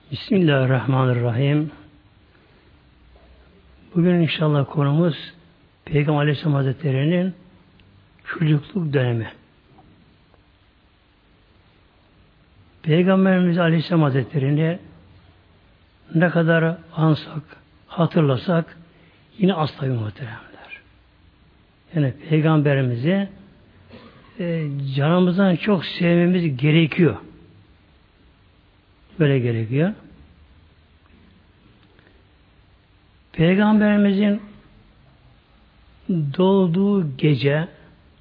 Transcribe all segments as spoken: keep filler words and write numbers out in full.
Bismillahirrahmanirrahim. Bugün inşallah konumuz Peygamber Aleyhisselam Hazretleri'nin çocukluk dönemi. Peygamberimiz Aleyhisselam Hazretleri'ni ne kadar ansak, hatırlasak yine asla bir muhteremler. Yani Peygamberimizi e, canımızdan çok sevmemiz gerekiyor. Böyle gerekiyor. Peygamberimizin doğduğu gece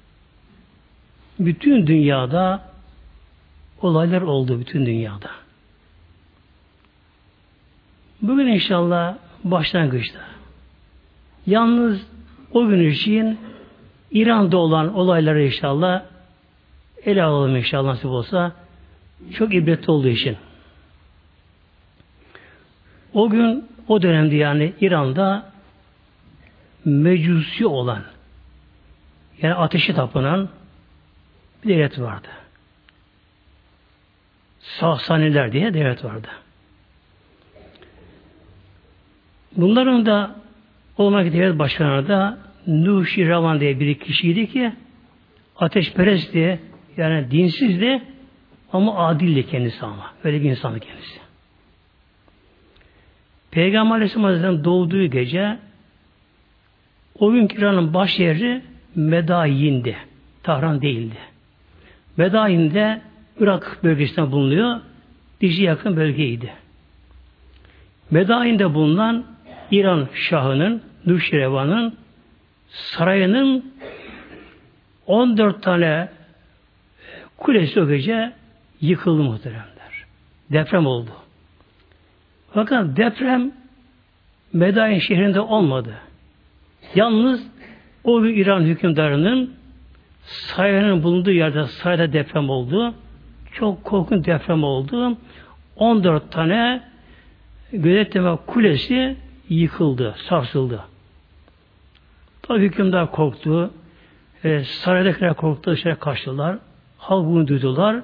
bütün dünyada olaylar oldu, bütün dünyada. Bugün inşallah başlangıçta yalnız o gün için İran'da olan olayları inşallah ele alalım inşallah nasip olsa, çok ibretli olduğu için. O gün, o dönemde yani İran'da mecusi olan, yani ateşe tapınan bir devlet vardı. Sasaniler diye devlet vardı. Bunların da olmak devlet başkanı da Nuşiravan diye bir kişiydi ki ateşperest diye, yani dinsizdi ama adildi kendisi ama. Öyle bir insandı kendisi. Peygamber Aleyhisselam Hazretleri'nin doğduğu gece o günkü İran'ın baş yeri Medayin'di. Tahran değildi. Medayin'de Irak bölgesinde bulunuyor. Dicle'ye yakın bölgeydi. Medayin'de bulunan İran Şahı'nın, Nuşirevan'ın sarayının on dört tane kulesi o gece yıkıldı muhteremler. Deprem oldu. Fakat deprem Medain şehrinde olmadı. Yalnız o İran hükümdarının sarayının bulunduğu yerde sarayda deprem oldu. Çok korkunç deprem oldu. on dört tane gözetleme kulesi yıkıldı, sarsıldı. Tabi hükümdar korktu. E, saraydakiler korktu, dışarı kaçtılar. Halk bunu duydular.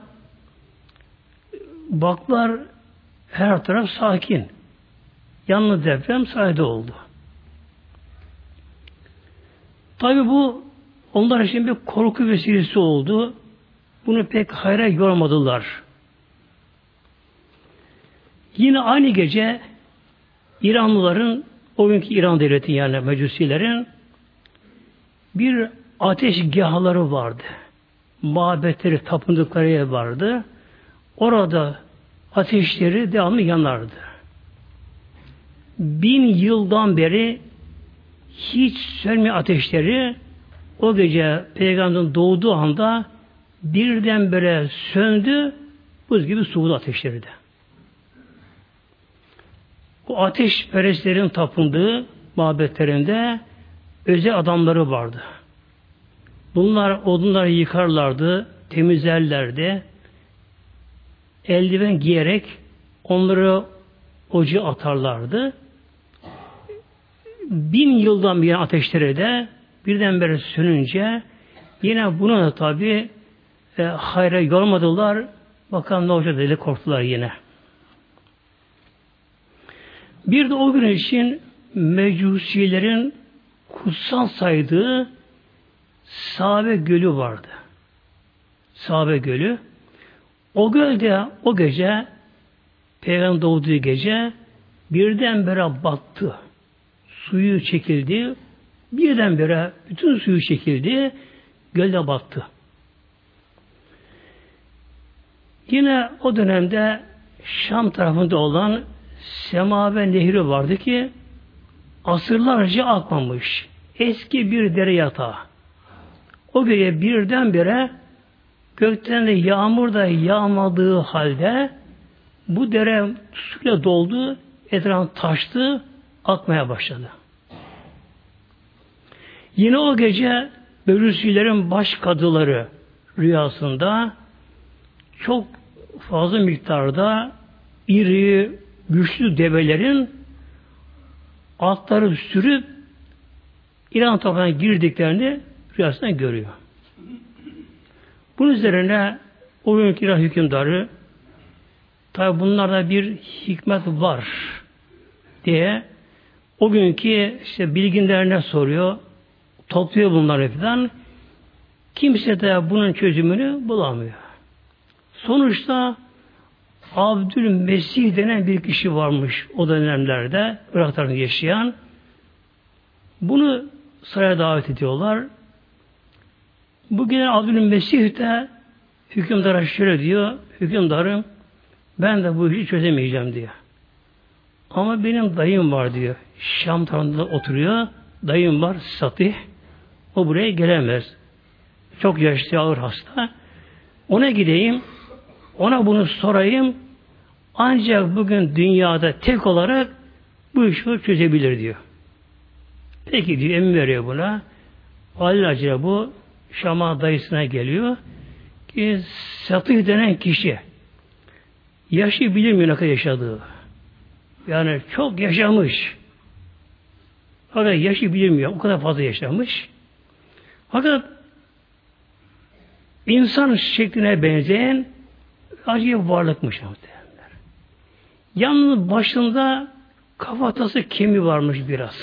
Baklar her taraf sakin. Yalnız deprem sarayda oldu. Tabi bu onlar için bir korku vesilesi oldu. Bunu pek hayra yormadılar. Yine aynı gece İranlıların, o günkü İran devleti yani Mecusilerin bir ateşgahları vardı. Mabetleri, tapındıkları yer vardı. Orada ateşleri devamlı yanardı. Bin yıldan beri hiç sönmeyen ateşleri o gece Peygamber'in doğduğu anda birdenbire söndü, buz gibi soğudu ateşleri de. Bu ateşperestlerin tapındığı mabetlerinde özel adamları vardı. Bunlar odunları yıkarlardı, temizlerlerdi. Eldiven giyerek onları ocağa atarlardı. Bin yıldan bir ateşleri de birdenbire sönünce yine buna da tabi e, hayra yormadılar. Bakalım ne olacak diye korktular yine. Bir de o gün için Mecusilerin kutsal saydığı Sabe Gölü vardı. Sabe Gölü. O gölde o gece Peygamber doğduğu gece birdenbire battı. Suyu çekildi. Birdenbire bütün suyu çekildi. Gölde battı. Yine o dönemde Şam tarafında olan Semabe Nehri vardı ki asırlarca akmamış. Eski bir dere yatağı. O gece birdenbire gökten de yağmur da yağmadığı halde bu dere suyla doldu, etrafı taştı, akmaya başladı. Yine o gece Mecusilerin baş kadıları rüyasında çok fazla miktarda iri, güçlü develerin atları sürüp İran toprağına girdiklerini rüyasında görüyor. Bunun üzerine o günkü İran hükümdarı Tabi bunlarda bir hikmet var diye o günkü işte bilginlerine soruyor, topluyor bunları falan. Kimse de bunun çözümünü bulamıyor. Sonuçta Abdülmesih denen bir kişi varmış o dönemlerde Irak tarafında yaşayan. Bunu saraya davet ediyorlar. Bu gelen Abdülmesih de hükümdara şöyle diyor, hükümdarım ben de bu işi çözemeyeceğim diyor. Ama benim dayım var diyor. Şam tarafında oturuyor. Dayım var Satih. O buraya gelemez. Çok yaşlı, ağır hasta. Ona gideyim. Ona bunu sorayım. Ancak bugün dünyada tek olarak bu işi çözebilir diyor. Peki diyor, emir veriyor buna. Alelacele bu Şam'a dayısına geliyor. Ki Satih denen kişi yaşı bilmiyor ne kadar yaşadığı. Yani çok yaşamış. Fakat yaşı bilinmiyor. O kadar fazla yaşamış. Fakat insan şekline benzeyen acayip varlıkmış. Yalnız başında kafatası kemiği varmış biraz.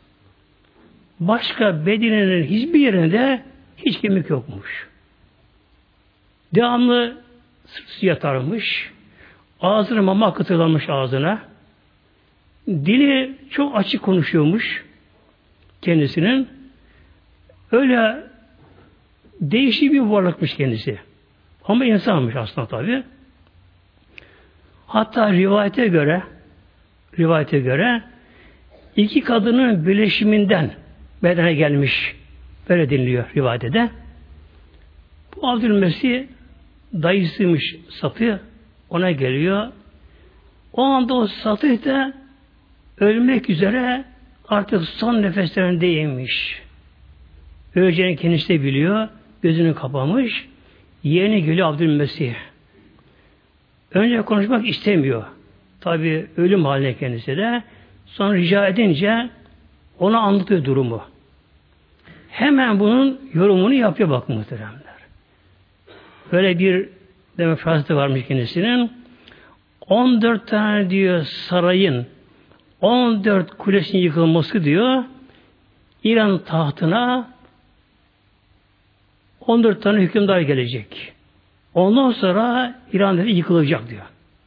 Başka bedeninin hiçbir yerinde hiç kemik yokmuş. Devamlı sırtı yatarmış. Ağzına mama akıtırlanmış ağzına. Dili çok açık konuşuyormuş kendisinin. Öyle değişik bir varlıkmış kendisi. Ama insanmış aslında tabi. Hatta rivayete göre rivayete göre iki kadının birleşiminden bedene gelmiş. Böyle dinliyor rivayette. Bu Abdülmesih dayısıymış Satı. Ona geliyor. O anda o Satı da ölmek üzere artık son nefeslerindeymiş. Öleceğini kendisi de biliyor. Gözünü kapamış. Yeğeni geliyor Abdülmesih. Önce konuşmak istemiyor. Tabi ölüm haline kendisi de. Sonra rica edince ona anlatıyor durumu. Hemen bunun yorumunu yapıyor bak muhteremler. Böyle bir demek fazla varmış kendisinin. on dört tane diyor sarayın on dört kulesinin yıkılması diyor İran tahtına on dört tane hükümdar gelecek. Ondan sonra İran dedi yıkılacak diyor.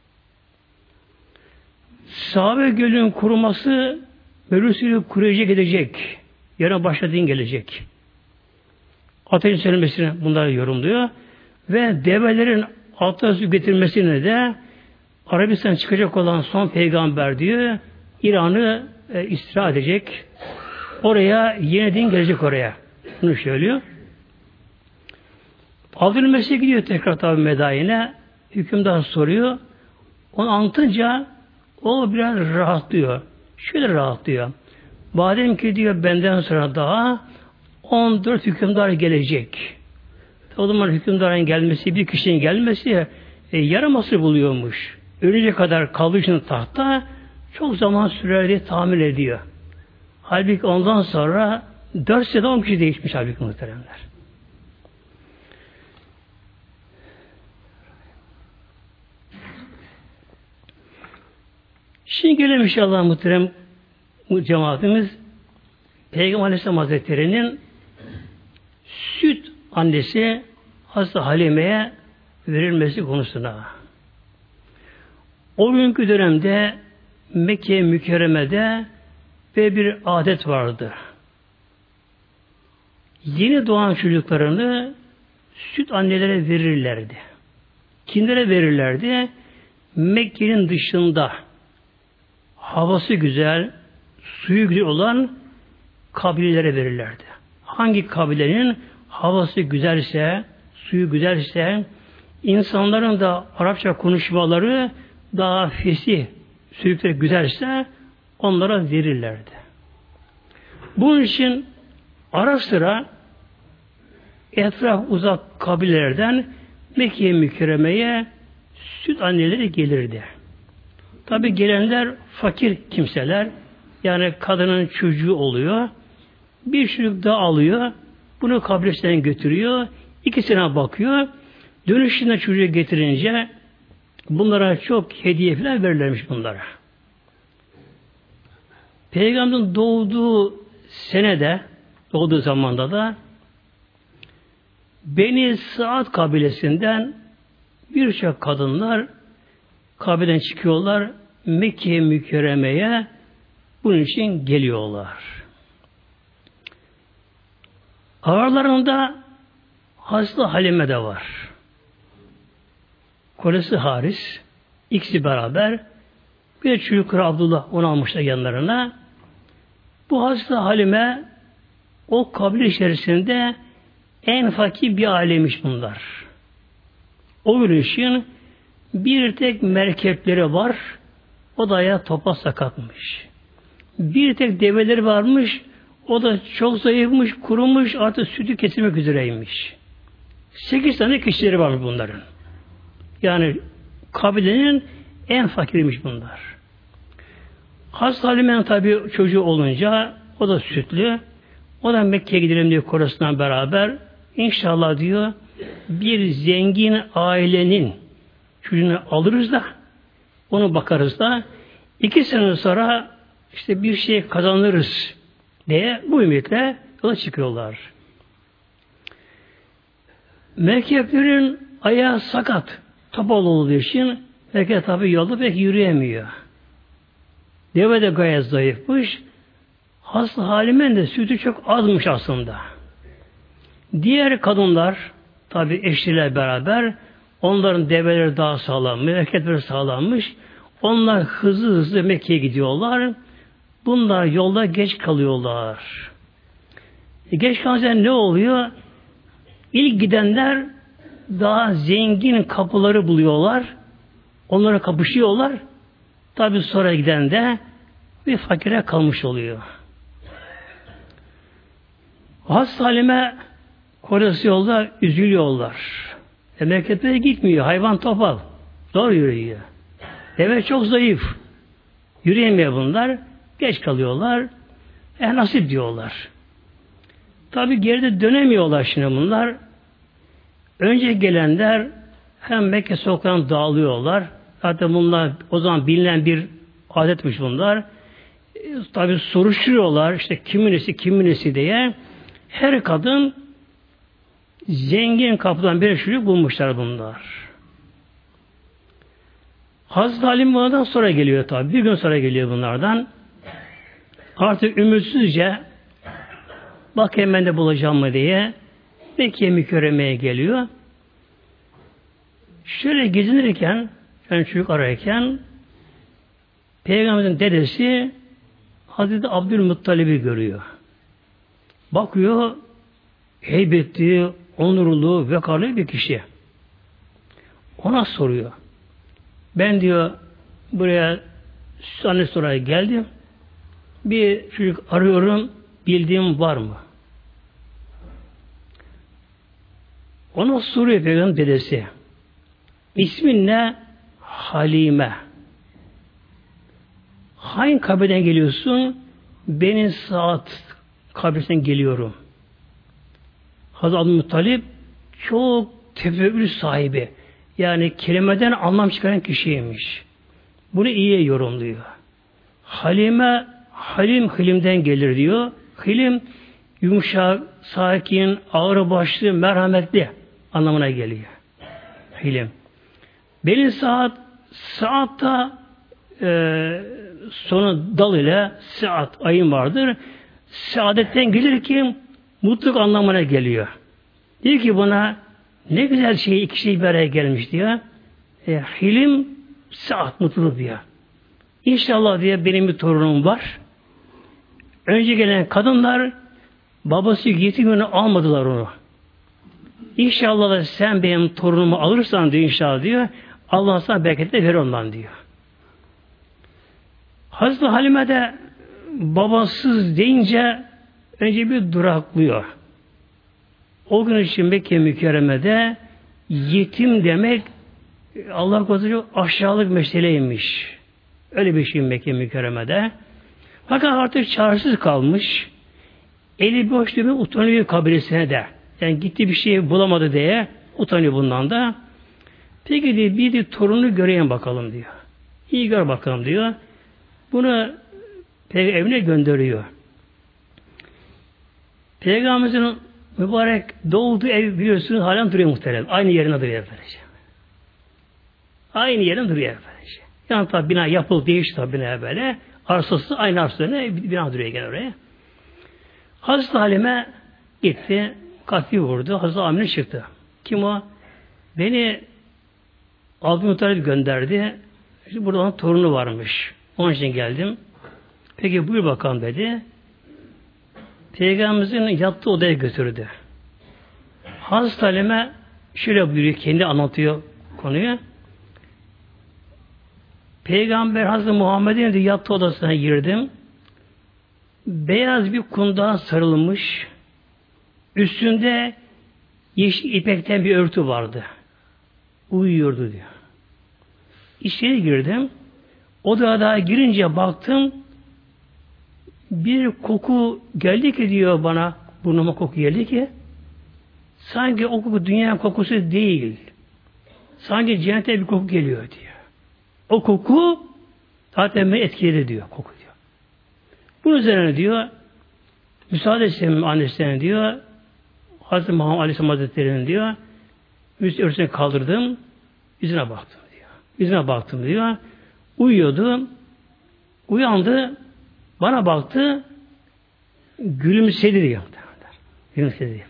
Sahabe Gölü'nün kuruması Mevlüsü'nü kuruyacak edecek. Yarın başladığın gelecek. Ateşin söylemesini bunları yorumluyor. Ve develerin altına su getirmesini de Arabistan çıkacak olan son peygamber diyor. İran'ı e, istila edecek. Oraya yeni din gelecek oraya. Bunu söylüyor. Abdülmesih gidiyor tekrar tabi Medain'e. Hükümdar soruyor. Onu anlatınca o biraz rahatlıyor. Şöyle rahatlıyor. Madem ki diyor benden sonra daha on dört hükümdar gelecek. O zaman hükümdarın gelmesi, bir kişinin gelmesi e, yarım asır buluyormuş. Ölünce kadar kaldığı için tahta çok zaman sürer diye tahmin ediyor. Halbuki ondan sonra dört senede on kişi değişmiş halbuki muhteremler. Şimdi gelelim inşallah muhterem cemaatimiz Peygamber Aleyhisselam Hazretleri'nin süt annesi Hazreti Halime'ye verilmesi konusuna. O günkü dönemde Mekke mükerremede ve bir adet vardı. Yeni doğan çocuklarını süt annelere verirlerdi. Kimlere verirlerdi? Mekke'nin dışında havası güzel, suyu güzel olan kabilelere verirlerdi. Hangi kabilenin havası güzelse, suyu güzelse, insanların da Arapça konuşmaları daha fesih, sürükleri güzelse onlara verirlerdi. Bunun için ara sıra etraf uzak kabilelerden Mekke-i Mükerreme'ye süt anneleri gelirdi. Tabi gelenler fakir kimseler, yani kadının çocuğu oluyor. Bir çocuk daha alıyor. Bunu kabilesinden götürüyor. İkisine bakıyor. Dönüşünde çocuğu getirince Bunlara çok hediye falan verilmiş bunlara. Peygamberin doğduğu senede, doğduğu zamanda da Beni Saad kabilesinden birçok kadınlar kabileden çıkıyorlar, Mekke mükerremeye bunun için geliyorlar. Aralarında Hazreti Halime de var. Kolesi Haris, ikisi beraber, bir de çocukları Abdullah onu almışlar yanlarına. Bu Hazreti Halime o kabile içerisinde en fakir bir ailemiş bunlar. O gün için bir tek merkepleri var, o da ya topa sakatmış. Bir tek develeri varmış, o da çok zayıfmış, kurumuş, artık sütü kesilmek üzereymiş. Sekiz tane kişileri varmış bunların. Yani kabilenin en fakiriymiş bunlar. Hazreti Halime'nin tabi çocuğu olunca, o da sütlü, o da Mekke'ye gidelim diyor korasından beraber. İnşallah diyor, bir zengin ailenin çocuğunu alırız da, onu bakarız da, iki sene sonra işte bir şey kazanırız diye bu ümitle yola çıkıyorlar. Merkeplerin ayağı sakat, topal olduğu için merkep tabi yolda pek yürüyemiyor. Deve de gayet zayıfmış. Hazreti Halime'nin de sütü çok azmış aslında. Diğer kadınlar, tabi eşliler beraber, onların develeri daha sağlammış, erkekleri sağlammış. Onlar hızlı hızlı Mekke'ye gidiyorlar. Bunlar yolda geç kalıyorlar. E geç kalınca ne oluyor? İlk gidenler daha zengin kapıları buluyorlar. Onlara kapışıyorlar. Tabi sonra giden de bir fakire kalmış oluyor. Hazreti Halime Koresi yolda üzülüyorlar. E, Memleketlere gitmiyor. Hayvan topal. Zor yürüyor. Deve çok zayıf. Yürüyemiyor bunlar. Geç kalıyorlar. E nasip diyorlar. Tabi geride dönemiyorlar şimdi bunlar. Önce gelenler hem Mekke sokaklarına dağılıyorlar. Zaten bunlar o zaman bilinen bir adetmiş bunlar. E, tabi soruşturuyorlar. İşte kimin nesi kimin nesi diye. Her kadın zengin kapıdan bir çocuk bulmuşlar bunlar. Hazreti Halim bunlardan sonra geliyor tabi. Bir gün sonra geliyor bunlardan. Artık ümitsizce bakayım ben de bulacağım mı diye Mekke'ye mükerremeye geliyor. Şöyle gezinirken yani çocuk ararken Peygamberin dedesi Hazreti Abdülmuttalib'i görüyor. Bakıyor heybetli, onurlu, vekarlı bir kişi. Ona soruyor. Ben diyor buraya anne soraya geldim. Bir çocuk arıyorum. Bildiğim var mı? Ona soruyor Peygamber dedesi. İsmin ne? Halime. Hangi kabileden geliyorsun? Benim Saat kabilesinden geliyorum. Hazreti Abdülmuttalip çok tefekkür sahibi. Yani kelimeden anlam çıkaran kişiymiş. Bunu iyi yorumluyor. Halime, Halim Hilim'den gelir diyor. Hilim yumuşak, sakin, ağır başlı, merhametli anlamına geliyor. Hilim. Benim saat, saatta e, sonu dal ile saat ayın vardır. Saadetten gelir ki mutluluk anlamına geliyor. Diyor ki buna ne güzel şey iki şey bir araya gelmiş diyor. E, hilim, saat, mutluluk diyor. İnşallah diye benim bir torunum var. Önce gelen kadınlar babası yetim günü almadılar onu. İnşallah da sen benim torunumu alırsan diyor inşallah diyor. Allah sana bereketle ver ondan diyor. Hazreti Halime de babasız deyince önce bir duraklıyor. O gün için Mekke mükerremede yetim demek Allah korusun aşağılık meseleymiş. Öyle bir şey Mekke mükerremede. Fakat artık çaresiz kalmış. Eli boş demek utanıyor kabilesine de. Yani gitti bir şey bulamadı diye utanıyor bundan da. Peki diyor, bir de torunu göreyim bakalım diyor. İyi gör bakalım diyor. Bunu Peygamber evine gönderiyor. Peygamberimizin mübarek doğduğu ev biliyorsunuz halen duruyor muhterem. Aynı yerine duruyor efendim. Aynı yerine duruyor efendim. Yani tabi bina yapıldı, değişti tabi bina böyle. Arsası aynı arsasına bina duruyor gene oraya. Hazreti Halime gitti, katli vurdu. Hazreti Amine çıktı. Kim o? Beni Abdülmuttalip gönderdi. İşte burada onun torunu varmış. Onun için geldim. Peki buyur bakalım dedi. Peygamberimizin yattığı odaya götürdü. Hazreti Halime şöyle buyuruyor, kendi anlatıyor konuyu. Peygamber Hazreti Muhammed'in yattığı odasına girdim. Beyaz bir kundağa sarılmış. Üstünde yeşil ipekten bir örtü vardı. Uyuyordu diyor. İçeri girdim. Odaya girince baktım. Bir koku geldi ki diyor bana, burnuma koku geldi ki sanki o koku dünya kokusu değil. Sanki cennete bir koku geliyor diyor. O koku zaten beni etkiledi diyor koku diyor. Bunun üzerine diyor müsaade etsin annesine diyor Hazreti Muhammed Aleyhisselam Hazretleri'nin diyor üst örtüsünü kaldırdım yüzüne baktım diyor. Yüzüne baktım diyor. Uyuyordu. Uyandı. Bana baktı. Gülümsedi diyor. Gülümsedi diyor.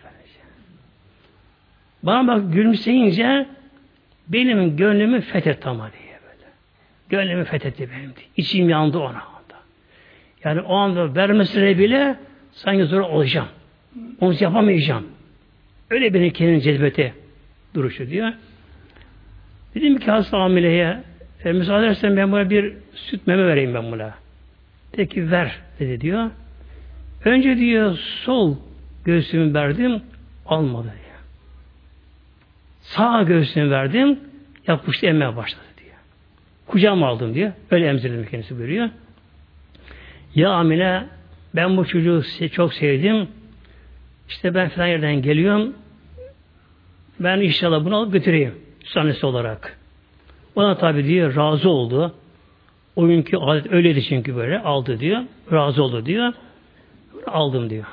Bana bak gülümseyince benim gönlümü fethetti ama diye böyle. Gönlümü fethetti benim diye. İçim yandı ona anda. Yani o anda vermesine bile sanki zor olacağım. Onu yapamayacağım. Öyle benim kendini cezbete duruşu diyor. Dedim ki hasta hamileye e, müsaade edersen ben buna bir süt meme vereyim ben buna. Peki ver dedi diyor. Önce diyor sol göğsümü verdim almadı diyor. Sağ göğsümü verdim yapıştı emmeye başladı diyor. Kucağıma aldım diyor. Öyle emzirdim kendisi buyuruyor. Ya Amine ben bu çocuğu çok sevdim. İşte ben falan yerden geliyorum. Ben inşallah bunu alıp götüreyim. Annesi olarak. Ona tabi diyor razı oldu. O günkü adet öyleydi çünkü böyle aldı diyor. Razı oldu diyor. Aldım diyor.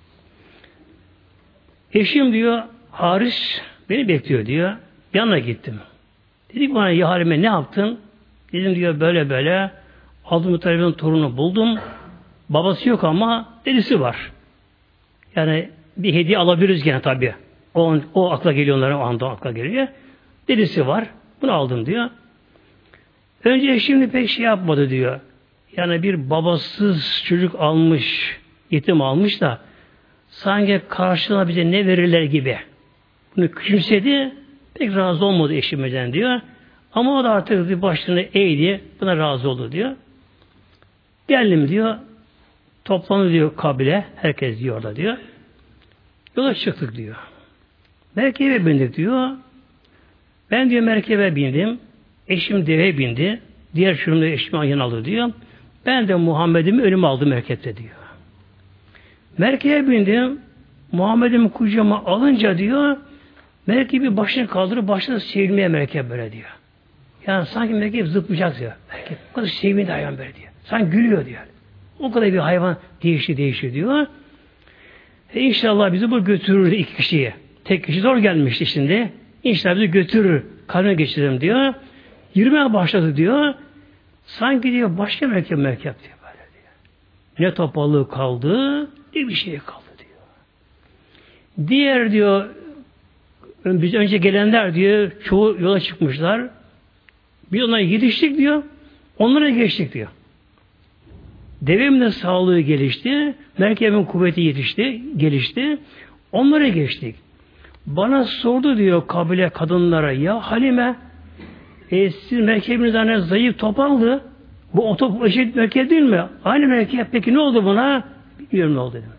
Eşim diyor Haris beni bekliyor diyor. Yanına gittim. Dedik bana ya Halime ne yaptın? Dedim diyor böyle böyle Abdülmuttalib'in torunu buldum. Babası yok ama dedesi var. Yani bir hediye alabiliriz gene tabi. O, o akla geliyor onların o anda akla geliyor. Dedesi var. Bunu aldım diyor. Önce eşim pek şey yapmadı diyor. Yani bir babasız çocuk almış, yetim almış da sanki karşılığına bize ne verirler gibi. Bunu küçümsedi, pek razı olmadı eşimden diyor. Ama o da artık bir başını eğdi, buna razı oldu diyor. Geldim diyor, toplandı diyor kabile, herkes diyor orada diyor. Yola çıktık diyor. Merkebe bindik diyor. Ben diyor merkebe bindim. Eşim deve bindi. Diğer şurumda eşimi ayın aldı diyor. Ben de Muhammed'imi önüme aldım merkepte diyor. Merkebe bindim. Muhammed'imi kucağıma alınca diyor merkebi başını kaldırıp başını sevilmeye merkep böyle diyor. Yani sanki merkep zıplayacak diyor. Merkep o kadar sevimli hayvan böyle diyor. Sanki gülüyor diyor. O kadar bir hayvan değişti değişti diyor. E inşallah bizi bu götürür iki kişiye. Tek kişi zor gelmişti şimdi. İnşallah bizi götürür. Kalbine geçirelim diyor. Yürümeye başladı diyor. Sanki diyor başka merkep merkep diyor böyle diyor. Ne topallığı kaldı, ne bir şey kaldı diyor. Diğer diyor biz önce gelenler diyor çoğu yola çıkmışlar. Biz onlara yetiştik diyor. Onlara geçtik diyor. Devemin de sağlığı gelişti. Merkebin kuvveti yetişti, gelişti. Onlara geçtik. Bana sordu diyor kabile kadınlara ya Halime e, siz merkebiniz hani zayıf topaldı. Bu otop eşit merkep değil mi? Aynı merkep. Peki ne oldu buna? Bilmiyorum ne oldu dedim.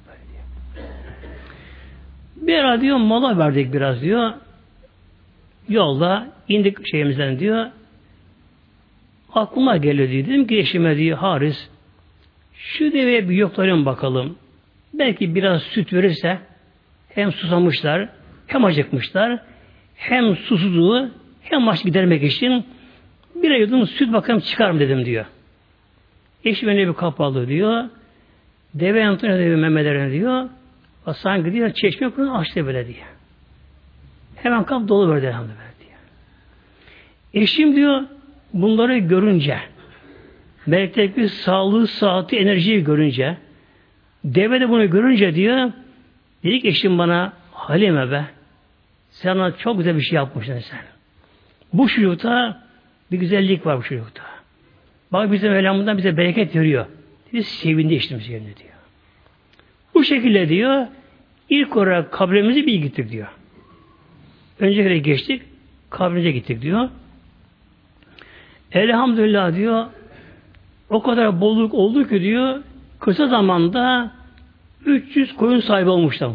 Bir ara diyor mola verdik biraz diyor. Yolda indik şeyimizden diyor. Aklıma geliyor dedim ki eşime diyor Haris şu deveye bir yoklayalım bakalım. Belki biraz süt verirse hem susamışlar hem acıkmışlar hem susuzluğu hem maç gidermek için bir yudum süt bakalım çıkar mı dedim diyor. Eşim önüne bir kapalı diyor. Deve yanıtına diyor memelerine diyor. Sanki diyor çeşme kurunu açtı böyle diyor. Hemen kap dolu verdi elhamdülillah diyor. Eşim diyor bunları görünce melekteki sağlığı, saati, enerjiyi görünce deve de bunu görünce diyor dedi ki eşim bana Halime be sen ona çok güzel bir şey yapmışsın sen. Bu çocukta bir güzellik var bu çocukta. Bak bize Mevlam'dan bize bereket veriyor. Biz sevindi eşimiz yerine diyor. Bu şekilde diyor ilk olarak kabrimizi bir gittik diyor. Öncekine geçtik kabrimize gittik diyor. Elhamdülillah diyor o kadar bolluk oldu ki diyor kısa zamanda üç yüz koyun sahibi olmuşlar.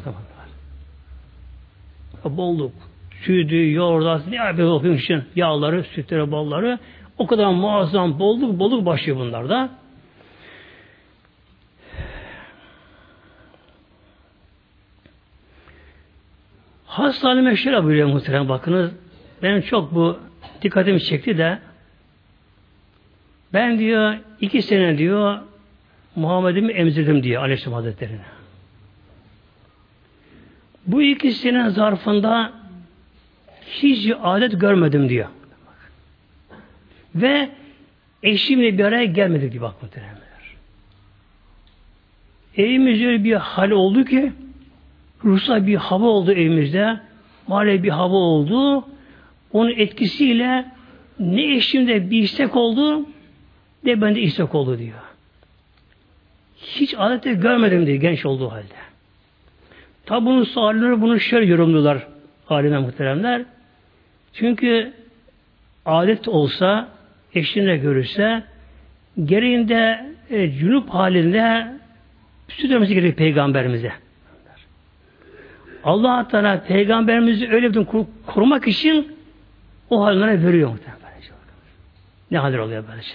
Bolluk. Sütü, yoğurdu, ne yapıyor okuyun için yağları, sütleri, balları o kadar muazzam bolluk, bolluk başlıyor bunlarda. Hastaneme şöyle buyuruyor muhtemelen bakınız. Benim çok bu dikkatimi çekti de ben diyor iki sene diyor Muhammed'imi emzirdim diyor Aleyhisselam Hazretleri'ne. Bu iki sene zarfında hiç adet görmedim diyor. Ve eşimle bir araya gelmedik diye bak muhtemelenler. Evimizde öyle bir hal oldu ki ruhsal bir hava oldu evimizde. Mahalle bir hava oldu. Onun etkisiyle ne eşimde bir istek oldu ne bende istek oldu diyor. Hiç adette görmedim diyor genç olduğu halde. Tabi bunun sahabeleri bunu şöyle yorumluyorlar alimler muhteremler. Çünkü adet olsa eşinle görürse gereğinde e, cünüp halinde süt vermesi gerekiyor peygamberimize. Allah Teala peygamberimizi öyle bir korumak için o hallerine veriyor muhtemelen. Ne haller oluyor böylece.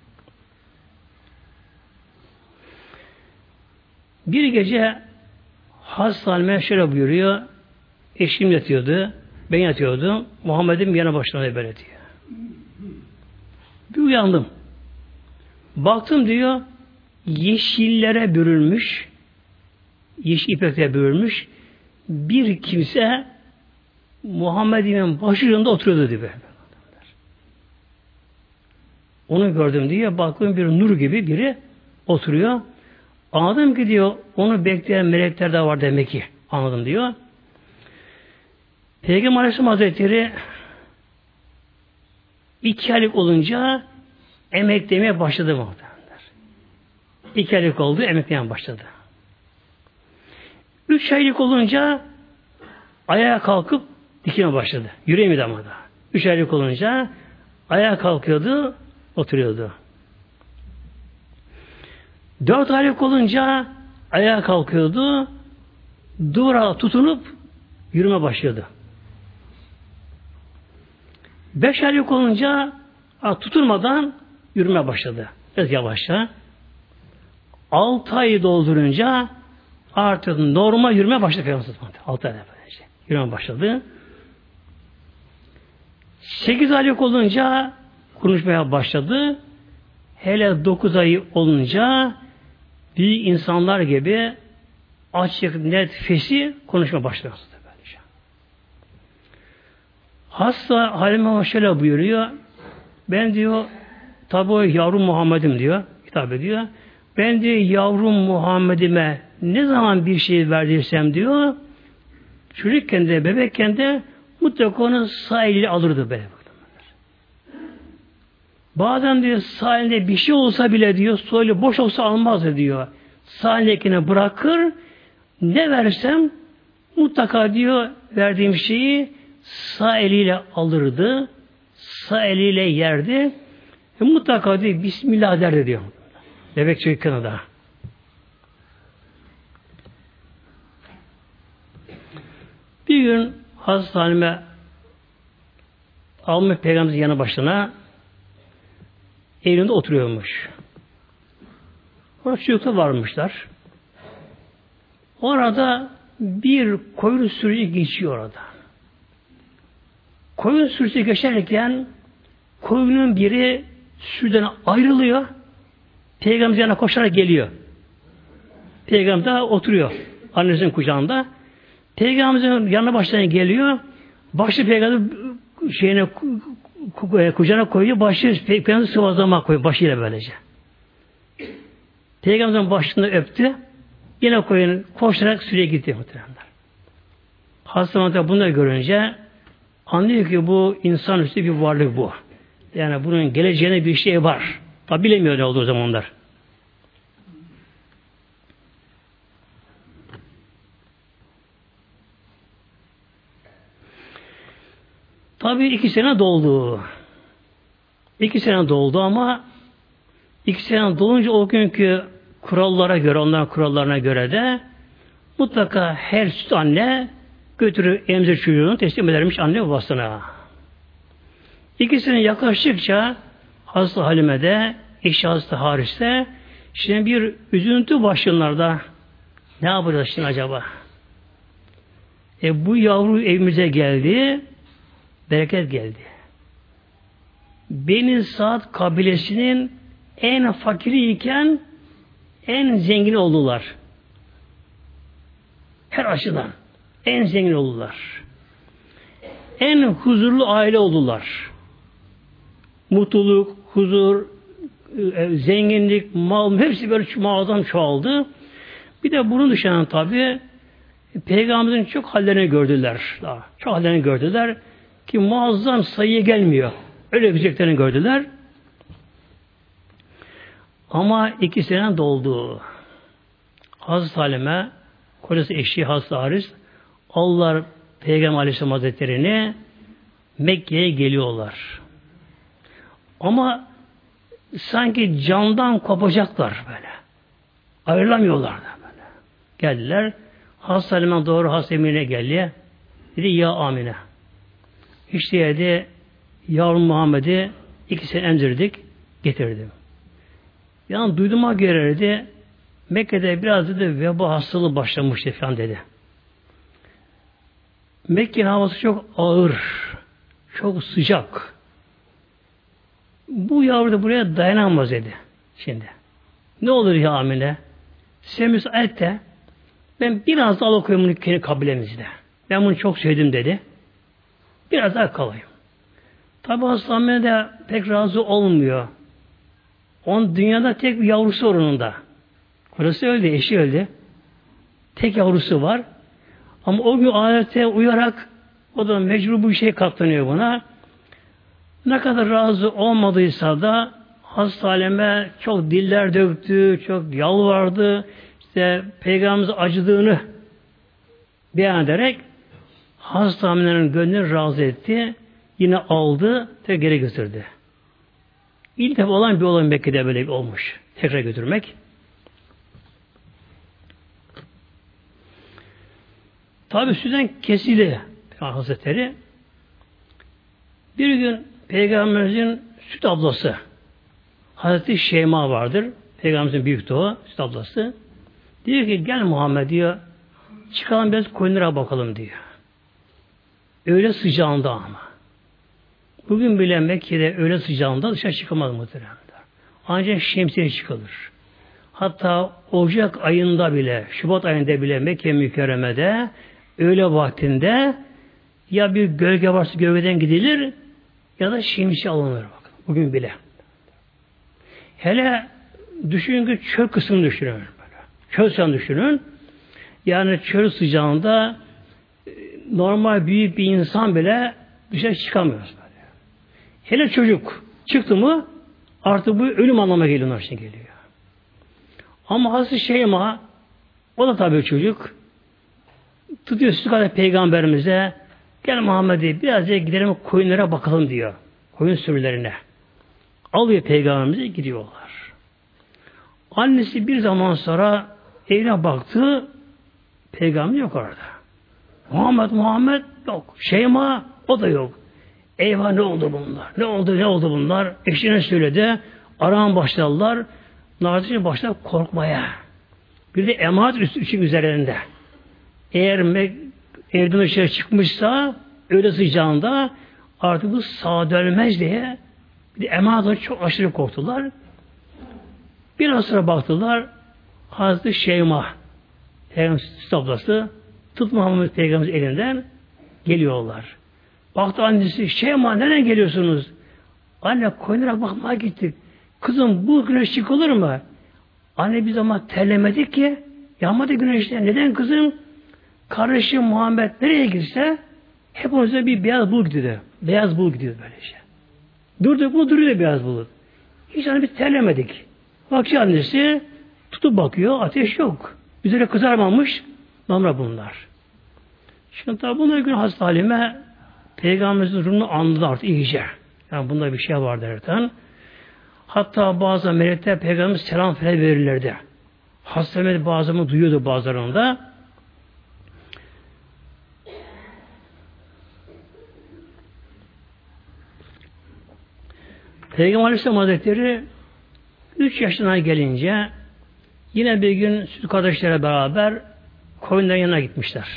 Bir gece hastaneye şöyle buyuruyor. Eşim yatıyordu. Ben yatıyordum. Muhammed'im yana başına böyle diyor. Bir uyandım. Baktım diyor yeşillere bürünmüş yeşil ipekle bürünmüş bir kimse Muhammed'imin başucunda oturuyordu diyor. Onu gördüm diye baktım bir nur gibi biri oturuyor. Anladım ki diyor onu bekleyen melekler de var demek ki. Anladım diyor. Peygamber Aleyhisselam Hazretleri iki aylık olunca emeklemeye başladı muhtemelenler. İki aylık oldu emeklemeye başladı. Üç aylık olunca ayağa kalkıp dikine başladı. Yürüyemedi ama da. Üç aylık olunca ayağa kalkıyordu, oturuyordu. Dört aylık olunca ayağa kalkıyordu, duvara tutunup yürüme başladı. Beş aylık olunca tutunmadan yürüme başladı. Biraz yavaşça. Altı ayı doldurunca artık normal yürüme başladı. Altı ayda böylece. Yürüme başladı. Sekiz aylık olunca konuşmaya başladı. Hele dokuz ayı olunca büyük insanlar gibi açık, net, fesi konuşmaya başladı. Böylece. Hasta Halime şöyle buyuruyor. Ben diyor tabi o yavrum Muhammed'im diyor. Hitap ediyor. Ben diyor yavrum Muhammed'ime ne zaman bir şey verdiysem diyor çocukken de bebekken de mutlaka onu sağ eliyle alırdı böyle. Bazen diyor sağ elinde bir şey olsa bile diyor sol eli boş olsa almaz diyor. Sağ elindekine bırakır ne versem mutlaka diyor verdiğim şeyi sağ eliyle alırdı. Sağ eliyle yerdi. E, mutlaka diyor Bismillah derdi diyor. Bebek çocukken da. Bir gün hastaneme almış Peygamberimizin yanı başına evinde oturuyormuş. Orada çocuklar varmışlar. Orada bir koyun sürücü geçiyor orada. koyun sürüsü geçerken koyunun biri sürüden ayrılıyor. Peygamber yanına koşarak geliyor. Peygamber de oturuyor annesinin kucağında. Peygamberin yanına başlarına geliyor. Başı peygamber şeyine kucağına koyuyor. Başı peygamber sıvazlama koyuyor. Başıyla böylece. Peygamberin başını öptü. Yine koyun koşarak sürüye gidiyor muhtemelenler. Hastalıkta bunları görünce anlıyor ki bu insanüstü bir varlık bu. Yani bunun geleceğine bir şey var. Tabi bilemiyor ne olduğu zamanlar. Tabi iki sene doldu. İki sene doldu ama iki sene dolunca o günkü kurallara göre, onların kurallarına göre de mutlaka her süt anne götürür emzir çocuğunu teslim edermiş anne babasına. İki sene yaklaştıkça Hazreti Halime'de, eşi Hazreti Haris'te şimdi bir üzüntü başlarında. Ne yapacağız şimdi acaba? E bu yavru evimize geldi, bereket geldi. Beni Saad kabilesinin en fakiri iken en zengin oldular. Her açıdan en zengin oldular. En huzurlu aile oldular. Mutluluk, huzur, zenginlik, mal, hepsi böyle muazzam çoğaldı. Bir de bunu düşünen tabi Peygamberin çok hallerini gördüler. Daha, çok hallerini gördüler ki muazzam sayıya gelmiyor. Öyle güzelliklerini gördüler. Ama iki sene doldu. Hazreti Halime, kocası eşi Hazreti Haris, Allah Peygamber Aleyhisselam Hazretleri'ne Mekke'ye geliyorlar. Ama sanki candan kopacaklar böyle. Ayrılamıyorlar da böyle. Geldiler. Hazreti Halime doğru Hazreti Emine'ye geldi. Dedi ya Amine. İşte dedi yavrum Muhammed'i iki sene emzirdik, getirdim. Yani duyduğuma göre dedi Mekke'de biraz dedi veba hastalığı başlamıştı falan dedi. Mekke'nin havası çok ağır, çok sıcak. Bu yavru da buraya dayanamaz dedi. Şimdi. Ne olur ya Amine? Size müsaade de ben biraz daha alıkoyayım bunu kabilemizde. Ben bunu çok sevdim dedi. Biraz daha kalayım. Tabi Hazreti Amine de pek razı olmuyor. Onun dünyada tek bir yavrusu orununda. Kocası öldü, eşi öldü. Tek yavrusu var. Ama o gün adete uyarak o da mecbur bu işe katlanıyor buna. Ne kadar razı olmadıysa da Hazreti Halime çok diller döktü, çok yalvardı. İşte Peygamberimize acıdığını beyan ederek Hazreti Halime'nin gönlünü razı etti. Yine aldı, tekrar geri götürdü. İlk defa olan bir olay Mekke'de böyle bir olmuş. Tekrar götürmek. Tabi sütten kesildi Hazretleri. Bir gün Peygamberimizin süt ablası Hazreti Şeyma vardır. Peygamberimizin büyük doğu süt ablası. Diyor ki gel Muhammed diyor çıkalım biraz koyunlara bakalım diyor. Öyle sıcağında ama. Bugün bile Mekke'de öyle sıcağında dışarı çıkamaz muhtemelen. Ancak şemsiye çıkılır. Hatta Ocak ayında bile, Şubat ayında bile Mekke mükerremede öğle vaktinde ya bir gölge varsa gölgeden gidilir ya da şemsiye alınır. Bakın, bugün bile. Hele düşünün ki çöl kısmını düşünün. Böyle. Çöl sıcağını düşünün. Yani çöl sıcağında normal büyük bir insan bile dışarı çıkamıyor. Böyle. Hele çocuk çıktı mı artık bu ölüm anlamına geliyor. Şey geliyor. Ama Hazreti Şeyma o da tabii çocuk tutuyor sütü kadar peygamberimize gel Muhammed'i biraz da gidelim koyunlara bakalım diyor. Koyun sürülerine. Alıyor peygamberimize gidiyorlar. Annesi bir zaman sonra evine baktı peygamber yok orada. Muhammed Muhammed yok. Şeyma o da yok. Eyvah ne oldu bunlar? Ne oldu ne oldu bunlar? Eşine söyledi. Aran başladılar. Nazırcı başlar korkmaya. Bir de emanet üstü üçün üzerinde. Eğer evden dışarı çıkmışsa öyle sıcağında Artık bu sağa dönmez diye bir de emanet çok aşırı korktular. Biraz sonra baktılar Hazreti Şeyma Peygamber ablası Tut Muhammed Peygamber elinden geliyorlar. Baktı annesi Şeyma nereden geliyorsunuz? Anne koyunlara bakmaya gittik. Kızım bu güneş çıkılır mı? Anne biz ama terlemedik ki. Yanmadı güneşten. Neden kızım? Kardeşim Muhammed nereye gitse hep o yüzden bir beyaz bulut gidiyor. Beyaz bulut gidiyor böyle şey. Durduk mu duruyor beyaz bulut. Hiç hani biz terlemedik. Bakıyor annesi tutup bakıyor. Ateş yok. Üzeri kızarmamış. Namra bunlar. Şimdi tabi bunlar gün Hazreti Halime Peygamberimizin ruhunu anladı artık iyice. Yani bunda bir şey var derken. Hatta bazı melekler Peygamberimiz selam falan verirlerdi. Hazreti Halime bazılarını duyuyordu bazılarında. Peygamber Aleyhisselam Hazretleri üç yaşına gelince yine bir gün süt kardeşlere beraber koyunların yanına gitmişler.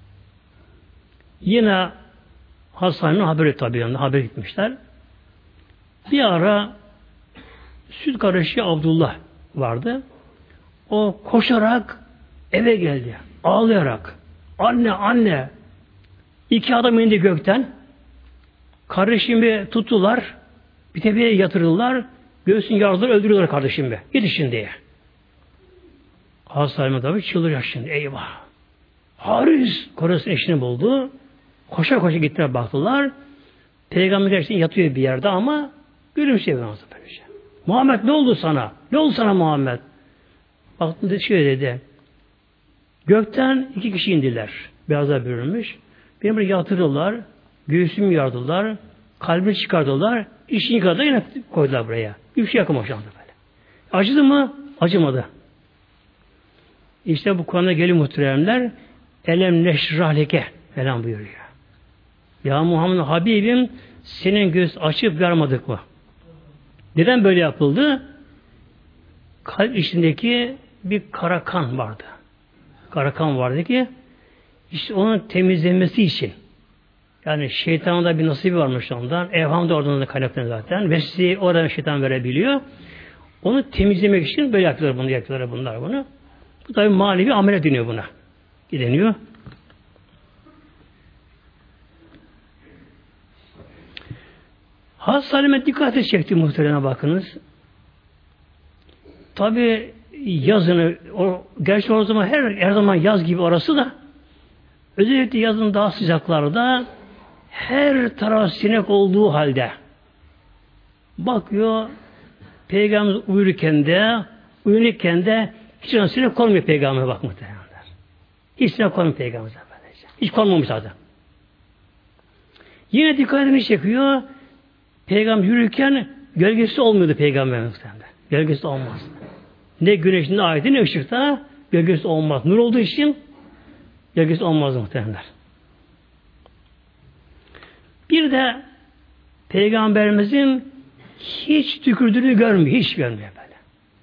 Yine hastanenin haberi tabi yanında haber gitmişler. Bir ara süt kardeşi Abdullah vardı. O koşarak eve geldi. Ağlayarak. Anne anne iki adam indi gökten. Kardeşimi tuttular. Bir tepeye yatırırlar. Göğsünü yardılar öldürüyorlar kardeşimi. Yetişin diye. Hastane tabi çıldırıyor şimdi. Eyvah. Haris karısının eşini buldu. Koşa koşa gittiler baktılar. Peygamber gerçekten yatıyor bir yerde ama gülümsüyor. Muhammed ne oldu sana? Ne oldu sana Muhammed? Baktım şöyle dedi. Gökten iki kişi indiler. Beyazlar bürünmüş. Beni buraya yatırdılar. Göğsümü yardılar. Kalbini çıkardılar. İşini kadar yine koydular buraya. Bir şey yakın boşandı böyle. Acıdı mı? Acımadı. İşte bu konuda geliyor muhteremler. Elem neşrahleke falan buyuruyor. Ya Muhammed Habibim senin göz açıp yarmadık mı? Neden böyle yapıldı? Kalp içindeki bir kara kan vardı. Kara kan vardı ki işte onun temizlenmesi için. Yani şeytanın da bir nasibi varmış ondan. Evham da oradan da kaynaklanıyor zaten. Vesveseyi oradan şeytan verebiliyor. Onu temizlemek için böyle yapıyorlar bunu, yapıyorlar bunlar bunu. Bu tabi manevi amele deniyor buna. Gideniyor. Hazreti Halime dikkati çekti muhtereme bakınız. Tabi yazını, o, gerçi o zaman her, her zaman yaz gibi orası da özellikle yazın daha sıcaklarda her taraf sinek olduğu halde bakıyor Peygamber uyurken de uyanıkken de hiç sinek konmuyor Peygamber'e bak muhtemelen. Hiç sinek konmuyor Peygamber'e. Hiç konmamış zaten. Yine dikkatini çekiyor. Peygamber yürürken gölgesi olmuyordu Peygamber'in muhtemelen. Gölgesi olmaz. Ne güneşin ayeti ne ışıkta gölgesi olmaz. Nur olduğu için gölgesi olmaz muhtemelen. Bir de Peygamberimizin hiç tükürdüğünü görmüyor. Hiç görmüyor böyle.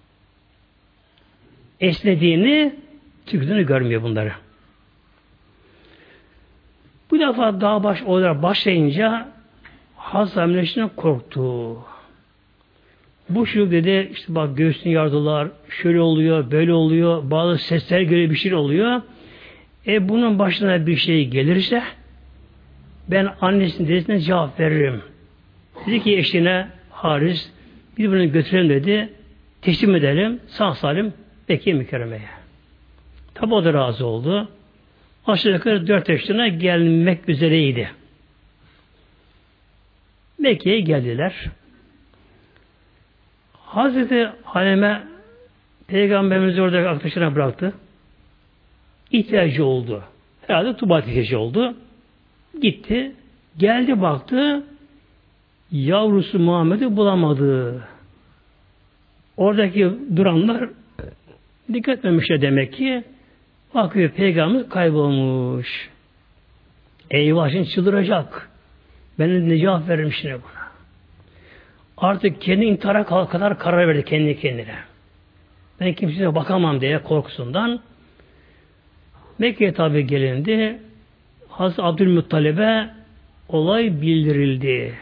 Esnediğini, tükürdüğünü görmüyor bunları. Bu defa dağ baş olarak başlayınca Hazreti Amine'den korktu. Bu şu dedi, işte bak göğsünü yardılar, şöyle oluyor, böyle oluyor, bazı sesler göre bir şey oluyor. E bunun başına bir şey gelirse ben annesinin dedesine cevap veririm. Dedi ki eşine Haris, biz bunu götürelim dedi, teslim edelim, sağ salim Mekke mükerremeye. Tabi o da razı oldu. Aşağı yukarı dört yaşına gelmek üzereydi. Mekke'ye geldiler. Hazreti Halime Peygamberimizi orada arkadaşlarına bıraktı. İhtiyacı oldu. Herhalde tubat ihtiyacı oldu. Gitti. Geldi baktı. Yavrusu Muhammed'i bulamadı. Oradaki duranlar dikkat etmemişler demek ki. Bakıyor Peygamber kaybolmuş. Eyvah şimdi çıldıracak. Ben ne cevap veririm şimdi buna. Artık kendi intihara kadar karar verdi kendi kendine. Ben kimseye bakamam diye korkusundan. Mekke'ye tabi gelindi. Hazreti Abdülmuttalib'e olay bildirildi.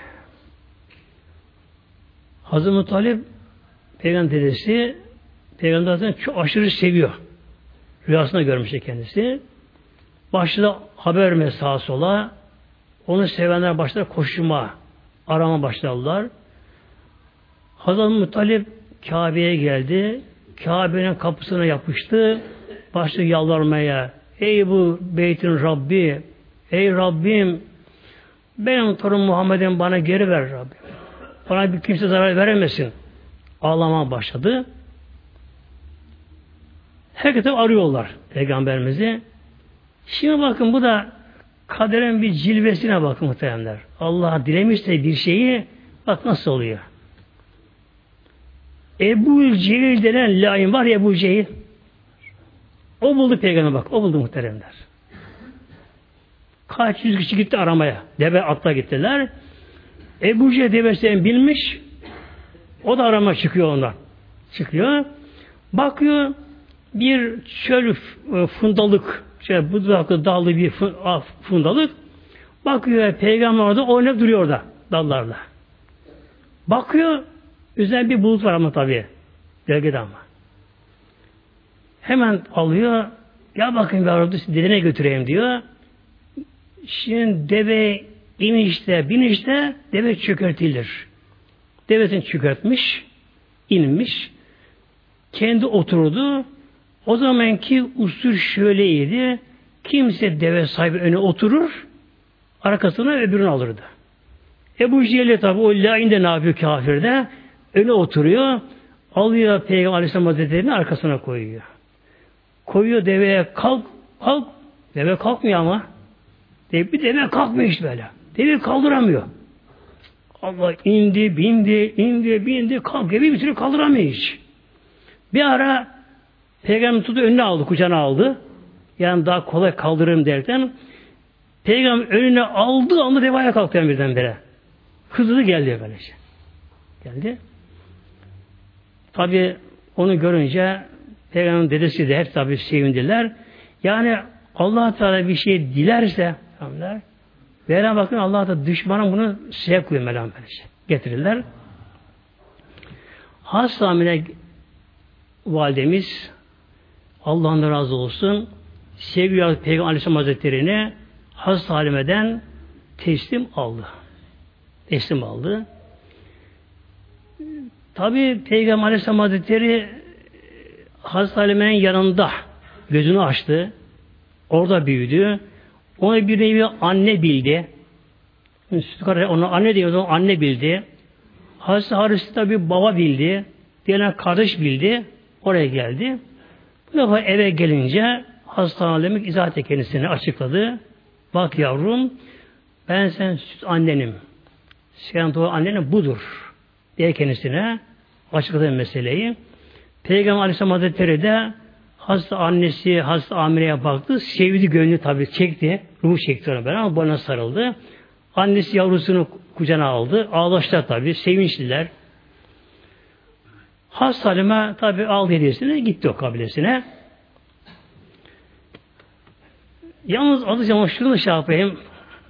Hazreti Muttalip Peygamber dedesi Peygamber zaten çok aşırı seviyor. Rüyasında görmüştü kendisi. Başladı haber vermeye sağa sola. Onu sevenler başladı koşuma, arama başladılar. Hazreti Muttalip Kabe'ye geldi. Kabe'nin kapısına yapıştı. Başladı yalvarmaya. Ey bu beytin Rabbi, ey Rabbim, benim torun Muhammed'in bana geri ver Rabbim. Bana bir kimse zarar veremesin. Ağlamaya başladı. Herkese arıyorlar Peygamberimizi. Şimdi bakın bu da kaderin bir cilvesine bakın muhtemelenler. Allah dilemişse bir şeyi bak nasıl oluyor. Ebu Cehil denen lain var ya Ebu Cehil. O buldu Peygamber bak. O buldu muhteremler. Kaç yüz kişi gitti aramaya. Deve atla gittiler. Ebu Cehil devesini bilmiş. O da arama çıkıyor ondan. Çıkıyor. Bakıyor bir çöl fundalık şey, budaklı dallı bir fundalık. Bakıyor Peygamber orada oynayıp duruyor orada dallarla. Bakıyor üzerinde bir bulut var ama tabii. Gölgede ama. Hemen alıyor. Ya bakın bir arada dedene götüreyim diyor. Şimdi deve inişte binişte deve çökertilir. Devesini çökertmiş, inmiş. Kendi oturdu. O zamanki usul şöyleydi. Kimse deve sahibi öne oturur, arkasına öbürünü alırdı. Ebu Cehil tabi o lainde ne yapıyor kafirde? Öne oturuyor, alıyor Peygamber Aleyhisselam Hazretleri'ni arkasına koyuyor. Koyuyor deveye kalk, kalk. Deve kalkmıyor ama. Deve, bir deve kalkmıyor işte böyle. Deve kaldıramıyor. Allah indi, bindi, indi, bindi, kalk gibi bir türlü kaldıramıyor hiç. Bir ara Peygamber tuttu önüne aldı, kucağına aldı. Yani daha kolay kaldırırım derken Peygamber önüne aldığı anda devaya kalktı yani birdenbire. Hızlı geldi böylece. Geldi. Tabi onu görünce Peygamber'in dedesi de hep tabi sevindiler. Yani Allah Teala bir şey dilerse Mevlam bakın Allah da düşmanın bunu şeye koyuyor Mevlam böylece. Getirirler. Hazreti Amine validemiz Allah'ın da razı olsun sevgili Peygamber Aleyhisselam Hazretleri'ni Hazreti Halime'den teslim aldı. Teslim aldı. Tabi Peygamber Aleyhisselam Hazretleri Hazreti Halime'nin yanında gözünü açtı. Orada büyüdü. Onu bir nevi anne bildi. Onu anne diyor, onu anne bildi. Hazreti Haris'i tabi baba bildi. Diğerine kardeş bildi. Oraya geldi. Bu defa eve gelince Hazreti Halime'nin izah etti kendisini açıkladı. Bak yavrum ben sen süt annenim. Sen doğru annenin budur. Diye kendisine açıkladı meseleyi. Peygamber Aleyhisselam Hazretleri de Hazreti annesi Hazreti Amine'ye baktı. Sevdi gönlü tabi çekti. Ruhu çekti ona beraber ama bana sarıldı. Annesi yavrusunu kucağına aldı. Ağlaştılar tabi. Sevinçliler. Hazreti Halime tabi aldı hediyesini gitti o kabilesine. Yalnız adı zaman şunu şey yapayım.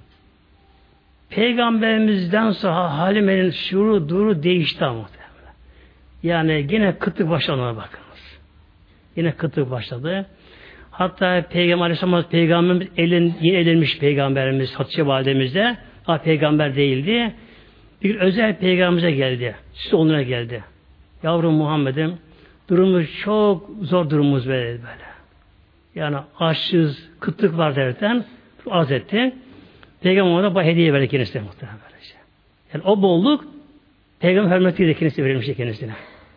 Peygamberimizden sonra Halime'nin şuuru duru değişti ama. Yani yine kıtlık başlamaya bakınız. Yine kıtlık başladı. Hatta Peygamber Aleyhisselam Peygamberimiz elin, yine elenmiş Peygamberimiz Hatice Validemizde ama peygamber değildi. Bir özel peygamberimize geldi. Süt onlara geldi. Yavrum Muhammed'im durumumuz çok zor durumumuz böyle böyle. Yani açız, kıtlık var derken az etti. Peygamber ona bu hediye verdi kendisine muhtemelen. Yani o bolluk Peygamber hürmetiyle kendisine verilmişti kendisine.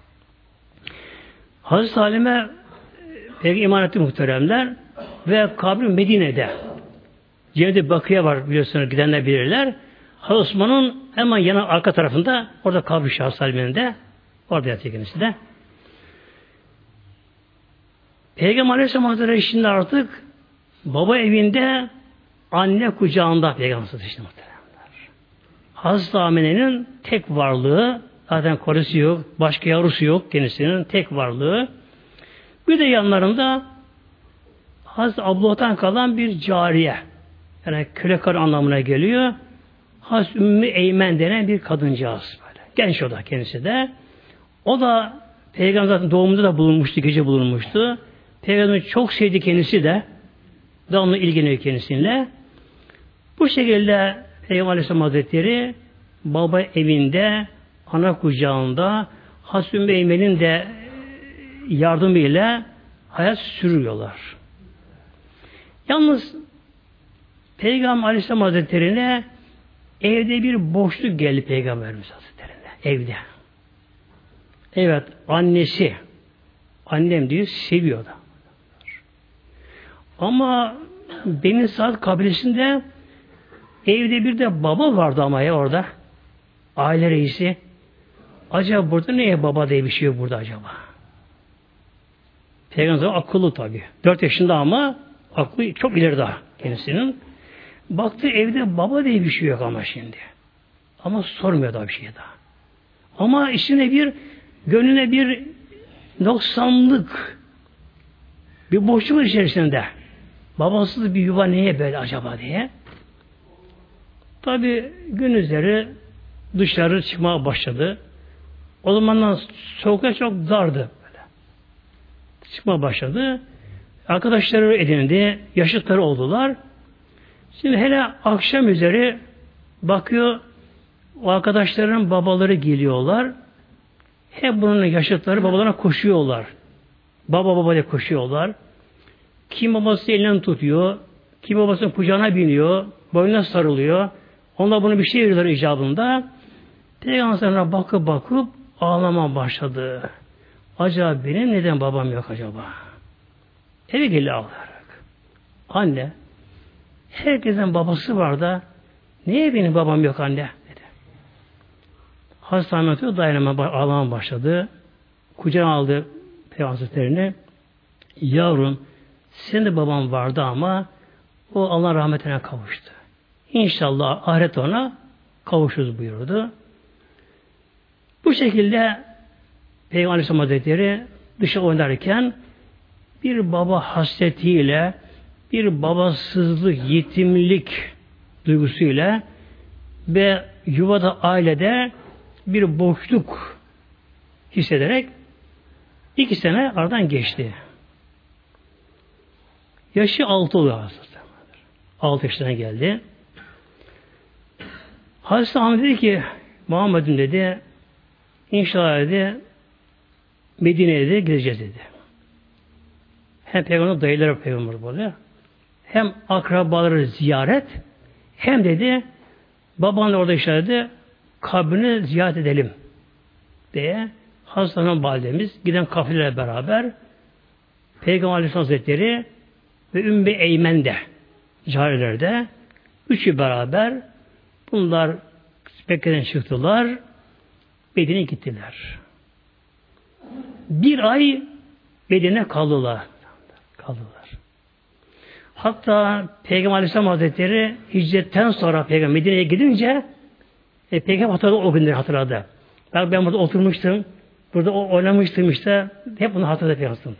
Hazreti Halime Peygamber iman etti muhteremler ve kabri Medine'de. Cennete Bakı'ya var biliyorsunuz gidenler bilirler. Hazreti Osman'ın hemen yanı arka tarafında orada kabri Hazreti Halime'nin de orada yatıyor kendisi de. Peygamber Aleyhisselam Hazretleri şimdi artık baba evinde anne kucağında Peygamber işte muhteremler. Hazreti Amine'nin tek varlığı zaten karısı yok, başka yavrusu yok kendisinin tek varlığı. Bir de yanlarında Hazreti Abdullah'tan kalan bir cariye. Yani köle karı anlamına geliyor. Has Ümmü Eymen denen bir kadıncağız böyle. Genç o da kendisi de. O da Peygamber zaten doğumunda da bulunmuştu, gece bulunmuştu. Peygamber çok sevdi kendisi de. Devamlı ilgileniyor kendisiyle. Bu şekilde Peygamber Aleyhisselam Hazretleri baba evinde, ana kucağında Has Ümmü Eymen'in de yardımıyla hayat sürüyorlar. Yalnız Peygamber Aleyhisselam Hazretleri'ne evde bir boşluk geldi Peygamberimiz Hazretleri'ne. Evde. Evet, annesi annem diyor, seviyor da. Ama Beni Sa'd kabilesinde evde bir de baba vardı ama ya orada. Aile reisi. Acaba burada neye baba diye bir şey yok burada acaba? Peygamber akıllı tabi. Dört yaşında ama aklı çok ileri daha kendisinin. Baktı evde baba diye bir şey yok ama şimdi. Ama sormuyor daha bir şey daha. Ama içine bir gönlüne bir noksanlık, bir boşluk var içerisinde. Babasız bir yuva neye böyle acaba diye. Tabi gün üzeri dışarı çıkmaya başladı. O zamandan sokak çok dardı. Böyle. Çıkmaya başladı. Arkadaşları edindi. Yaşıtları oldular. Şimdi hele akşam üzeri bakıyor o arkadaşların babaları geliyorlar. Hep bunun yaşıtları babalarına koşuyorlar. Baba baba diye koşuyorlar. Kim babası elinden tutuyor. Kim babasının kucağına biniyor. Boynuna sarılıyor. Onlar bunu bir şey veriyorlar icabında. Peygamber'e bakıp bakıp ağlama başladı. Acaba benim neden babam yok acaba? Eve geliyor ağlayarak. Anne, herkesin babası var da niye benim babam yok anne? Dedi. Hazreti Ahmet dayanama ağlama başladı. Kucağına aldı Peygamber'ini. Yavrum, senin de baban vardı ama o Allah rahmetine kavuştu. İnşallah ahiret ona kavuşuruz buyurdu. Bu şekilde Peygamber Aleyhisselam Hazretleri dışa oynarken bir baba hasretiyle, bir babasızlık, yetimlik duygusuyla ve yuvada, ailede bir boşluk hissederek iki sene aradan geçti. Yaşı altı oluyor aslında. Altı yaşına geldi. Hazreti Ahmet dedi ki Muhammed'in dedi inşallah dedi Medine'ye de gideceğiz dedi. Hem peygamber dayıları peygamber böyle. Hem akrabaları ziyaret hem dedi babanla orada işlerdi kabrini ziyaret edelim diye Hazreti Hanım validemiz giden kafileyle beraber Peygamber Aleyhisselam Hazretleri ve Ümmü Eymen de cariyelerde üçü beraber bunlar Mekke'den çıktılar Medine'ye gittiler. Bir ay Medine'ye kaldılar. Kaldılar. Hatta Peygamber Aleyhisselam Hazretleri hicretten sonra Peygamber Medine'ye gidince e, Peygamber hatırladı o günleri hatırladı. Ben, ben burada oturmuştum. Burada oynamıştım işte. Hep bunu hatırladı Peygamber.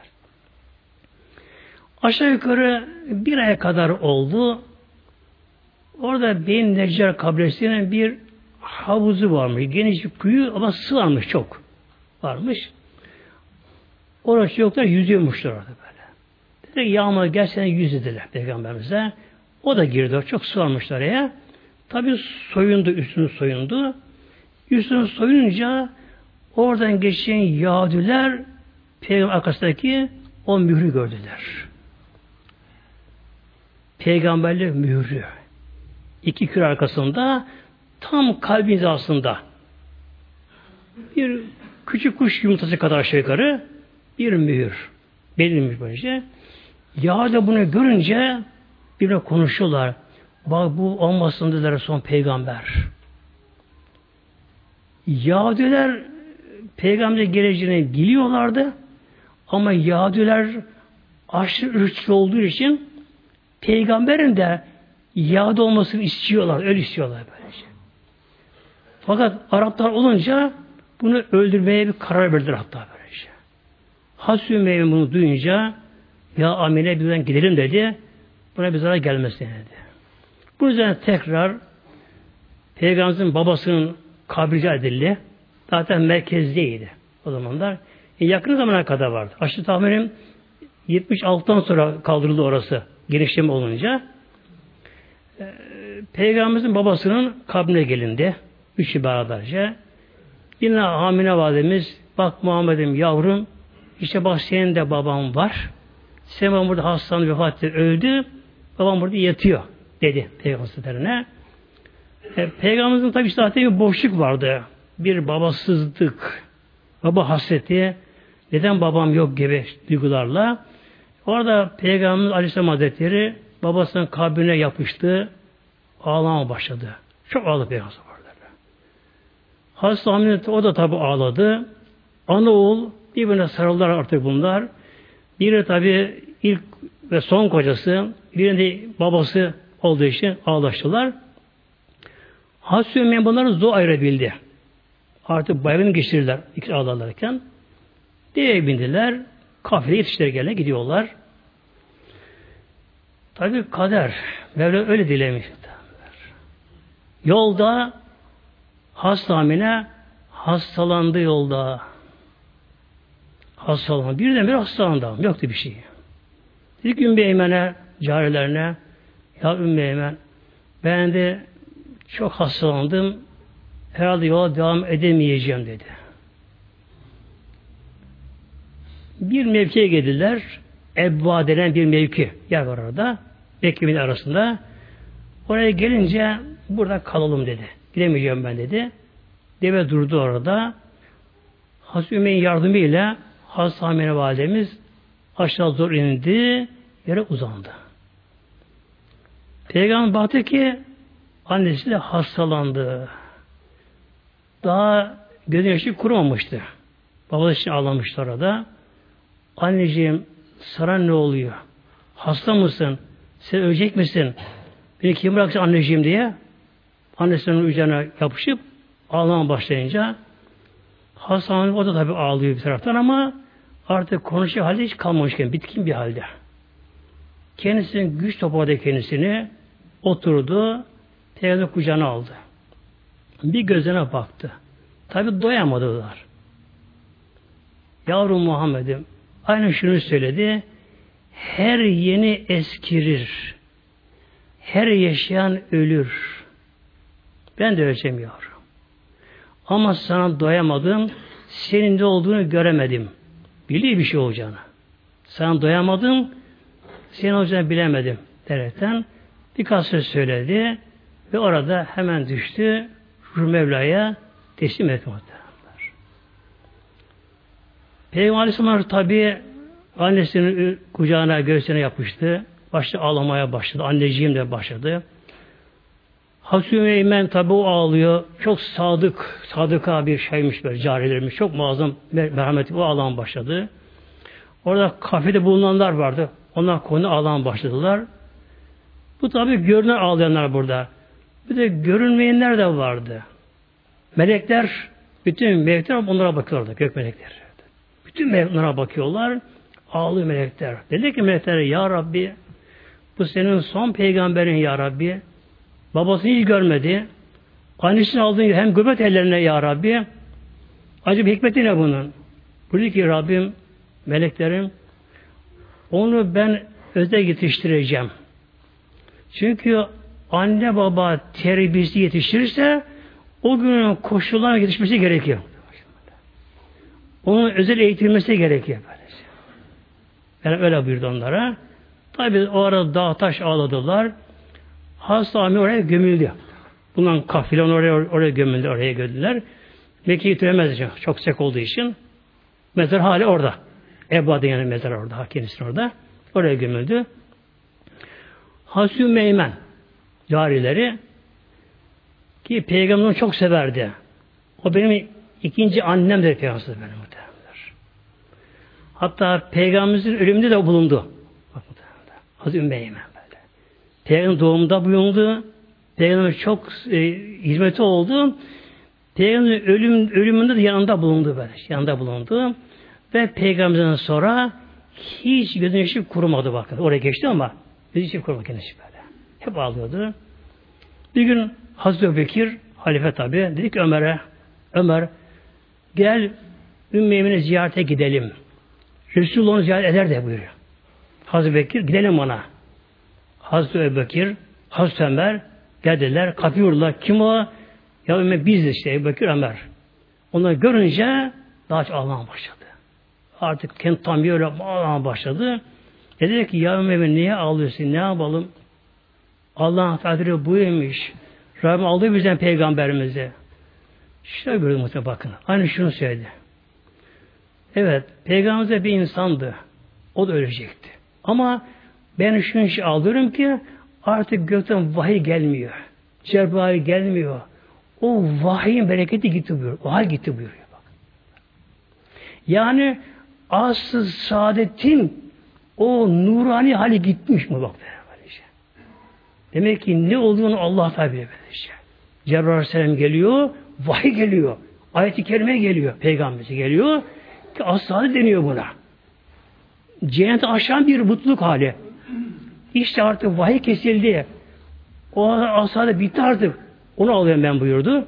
Aşağı yukarı bir aya kadar oldu. Orada Beni Neccar kabilesinin bir havuzu varmış. Geniş bir kuyu ama sığarmış çok. Varmış. Orada çocuklar yüzüyormuşlar orada böyle. Dedi yağmur gerçekten yüzüdüler Peygamberimize. O da girdi. Çok sığarmışlar oraya. Tabi soyundu, üstünü soyundu. Üstünü soyunca oradan geçen Yahudiler Peygamber arkasındaki o mührü gördüler. Peygamberlik mührü. İki küre arkasında tam kalbin hizasında bir küçük kuş yumurtası kadar aşağı yukarı bir mühür. Belirmiş böylece. Yahudi bunu görünce birbirine konuşuyorlar. Bak bu olmasın dediler son peygamber. Yahudiler peygamber geleceğini biliyorlardı ama Yahudiler aşırı ırkçı olduğu için peygamberin de Yahudi olmasını istiyorlar. Öyle istiyorlar böylece. Fakat Araplar olunca bunu öldürmeye bir karar verdiler hatta böylece. Has Ümeyye bunu duyunca ya Amine birden gidelim dedi. Buna bir zarar gelmesin dedi. Bu yüzden tekrar Peygamberimizin babasının kabri edildi. Zaten merkezdeydi o zamanlar. E, yakın zamana kadar vardı. Aşırı tahminim yetmiş altıdan sonra kaldırıldı orası. Genişleme olunca. E, Peygamberimizin babasının kabrine gelindi. Üçü beraberce. Yine Amine validemiz, bak Muhammed'im yavrum, işte bak senin de baban var. Senin babam burada hastalandı, vefat etti, öldü. Babam burada yatıyor dedi Peygamberine. E, Peygamberimizin tabi zaten bir boşluk vardı. Bir babasızlık, baba hasreti, neden babam yok gibi duygularla. Orada Peygamberimiz Aleyhisselam Hazretleri babasının kabrine yapıştı, ağlamaya başladı. Çok ağladı Peygamber. Hazreti Amine o da tabi ağladı. Ana oğul birbirine sarıldılar artık bunlar. Biri tabi ilk ve son kocası, birinde babası olduğu için ağlaştılar. Hazreti Ömer bunları zor ayırabildi. Artık bayramını geçirdiler ikisi ağlarlarken. Deveye bindiler. Kafile yetiştiler gene gidiyorlar. Tabi kader. Mevla öyle dilemiş. Yolda Hazreti Amine hastalandı yolda. Hastalandı. Birdenbire hastalandı. Yoktu bir şey. Dedi ki Ümmü Eymen'e, carilerine, ya Ümmü Eymen, ben de çok hastalandım. Herhalde yola devam edemeyeceğim dedi. Bir mevkiye geldiler. Ebba denen bir mevki yer var orada. Mekke'nin arasında. Oraya gelince burada kalalım dedi. Gidemeyeceğim ben dedi. Deve durdu orada. Hazreti Ümmü'nün yardımıyla Hazreti Amine validemiz aşağı zor indi. Yere uzandı. Peygamber baktı ki annesi de hastalandı. Daha gözün yaşı kurumamıştı. Babası için ağlamıştı orada. Anneciğim sana ne oluyor? Hasta mısın? Sen ölecek misin? Beni kim bıraksın anneciğim diye annesinin üzerine yapışıp ağlamaya başlayınca Hasan o da tabi ağlıyor bir taraftan ama artık konuşacak halde hiç kalmamışken bitkin bir halde. Kendisinin güç topladı kendisini oturdu Peygamber kucağına aldı. Bir gözlerine baktı. Tabi doyamadılar. Yavrum Muhammed'im aynen şunu söyledi. Her yeni eskirir. Her yaşayan ölür. Ben de öleceğim yavrum. Ama sana doyamadım. Senin de olduğunu göremedim. Biliyor bir şey olacağını. Sana doyamadım. Senin olacağını bilemedim. Derekten birkaç söz söyledi. Ve orada hemen düştü. Ruh Mevla'ya teslim etti. Peygamber Aleyhisselam tabi annesinin kucağına, göğsüne yapıştı. Başta ağlamaya başladı. Anneciğim de başladı. Hazreti Eymen tabi o ağlıyor. Çok sadık, sadıka bir şeymiş böyle carilerimiz. Çok muazzam merhametli o ağlamaya başladı. Orada kafede bulunanlar vardı. Onlar konu ağlamaya başladılar. Bu tabi görünen ağlayanlar burada. Bir de görünmeyenler de vardı. Melekler, bütün melekler onlara bakıyorlardı. Gök melekler. Bütün melekler bakıyorlar. Ağlıyor melekler. Dedi ki melekler, ya Rabbi bu senin son peygamberin ya Rabbi. Babasını hiç görmedi. Annesini aldığın hem göbek ellerine ya Rabbi. Acaba hikmeti ne bunun? Buyurdu ki Rabbim, meleklerim onu ben özel yetiştireceğim. Çünkü anne baba terbiyesi yetiştirirse o günün koşullarına yetişmesi gerekiyor. Onun özel eğitilmesi gerekiyor. Yani öyle buyurdu onlara. Tabi o arada dağ taş ağladılar. Hazreti Amine oraya gömüldü. Bundan kafilen oraya oraya gömüldü, oraya gömüldüler. Mekke'yi götüremez çok sık olduğu için. Mezar hali orada. Ebba yani mezar orada, kendisi orada. Oraya gömüldü. Hazreti Meymen carileri ki Peygamber'i çok severdi. O benim ikinci annemdir Peygamber benim muhtemelenler. Hatta Peygamberimizin ölümünde de bulundu. Bak muhtemelen. Hazreti Meymen böyle. Peygamberin doğumunda bulundu. Peygamber çok e, hizmeti oldu. Peygamberin ölüm, ölümünde de yanında bulundu böyle. Yanında bulundu. Ve Peygamberden sonra hiç gözün yaşı kurumadı bakın. Oraya geçti ama gözün yaşı kurumadı kendisi böyle. Hep ağlıyordu. Bir gün Hazreti Bekir halife tabi. Dedi ki Ömer'e, Ömer gel Ümmü Emin'i ziyarete gidelim. Resulullah onu ziyaret eder de buyuruyor. Hazreti Bekir gidelim ona. Hazreti Ebubekir, Hazreti Ömer geldiler, kapıyorlar. Kim o? Ya Ömer biz işte Ebubekir Ömer. Onları görünce daha çok ağlamaya başladı. Artık kendi tam bir öyle ağlamaya başladı. Dedi ki ya Ömer niye ağlıyorsun? Ne yapalım? Allah'ın takdiri buymuş. Rabbim aldı bizden peygamberimizi. Şöyle gördüm muhtemelen bakın. Aynı şunu söyledi. Evet, peygamberimiz de bir insandı. O da ölecekti. Ama ben şunu şey alıyorum ki artık gökten vahiy gelmiyor. Cebrail gelmiyor. O vahiyin bereketi gitti buyuruyor. Vahiy gitti buyuruyor. Bak. Yani asıl saadetin o nurani hali gitmiş mi bak. Böylece. Demek ki ne olduğunu Allah tabi bilir. Cebrail Aleyhisselam geliyor, vahiy geliyor. Ayet-i kerime geliyor, peygamberimize geliyor. Ki as-saadet deniyor buna. Cenneti aşan bir mutluluk hali. İşte artık vahiy kesildi. O as-saadet bitti artık. Onu alıyorum ben buyurdu.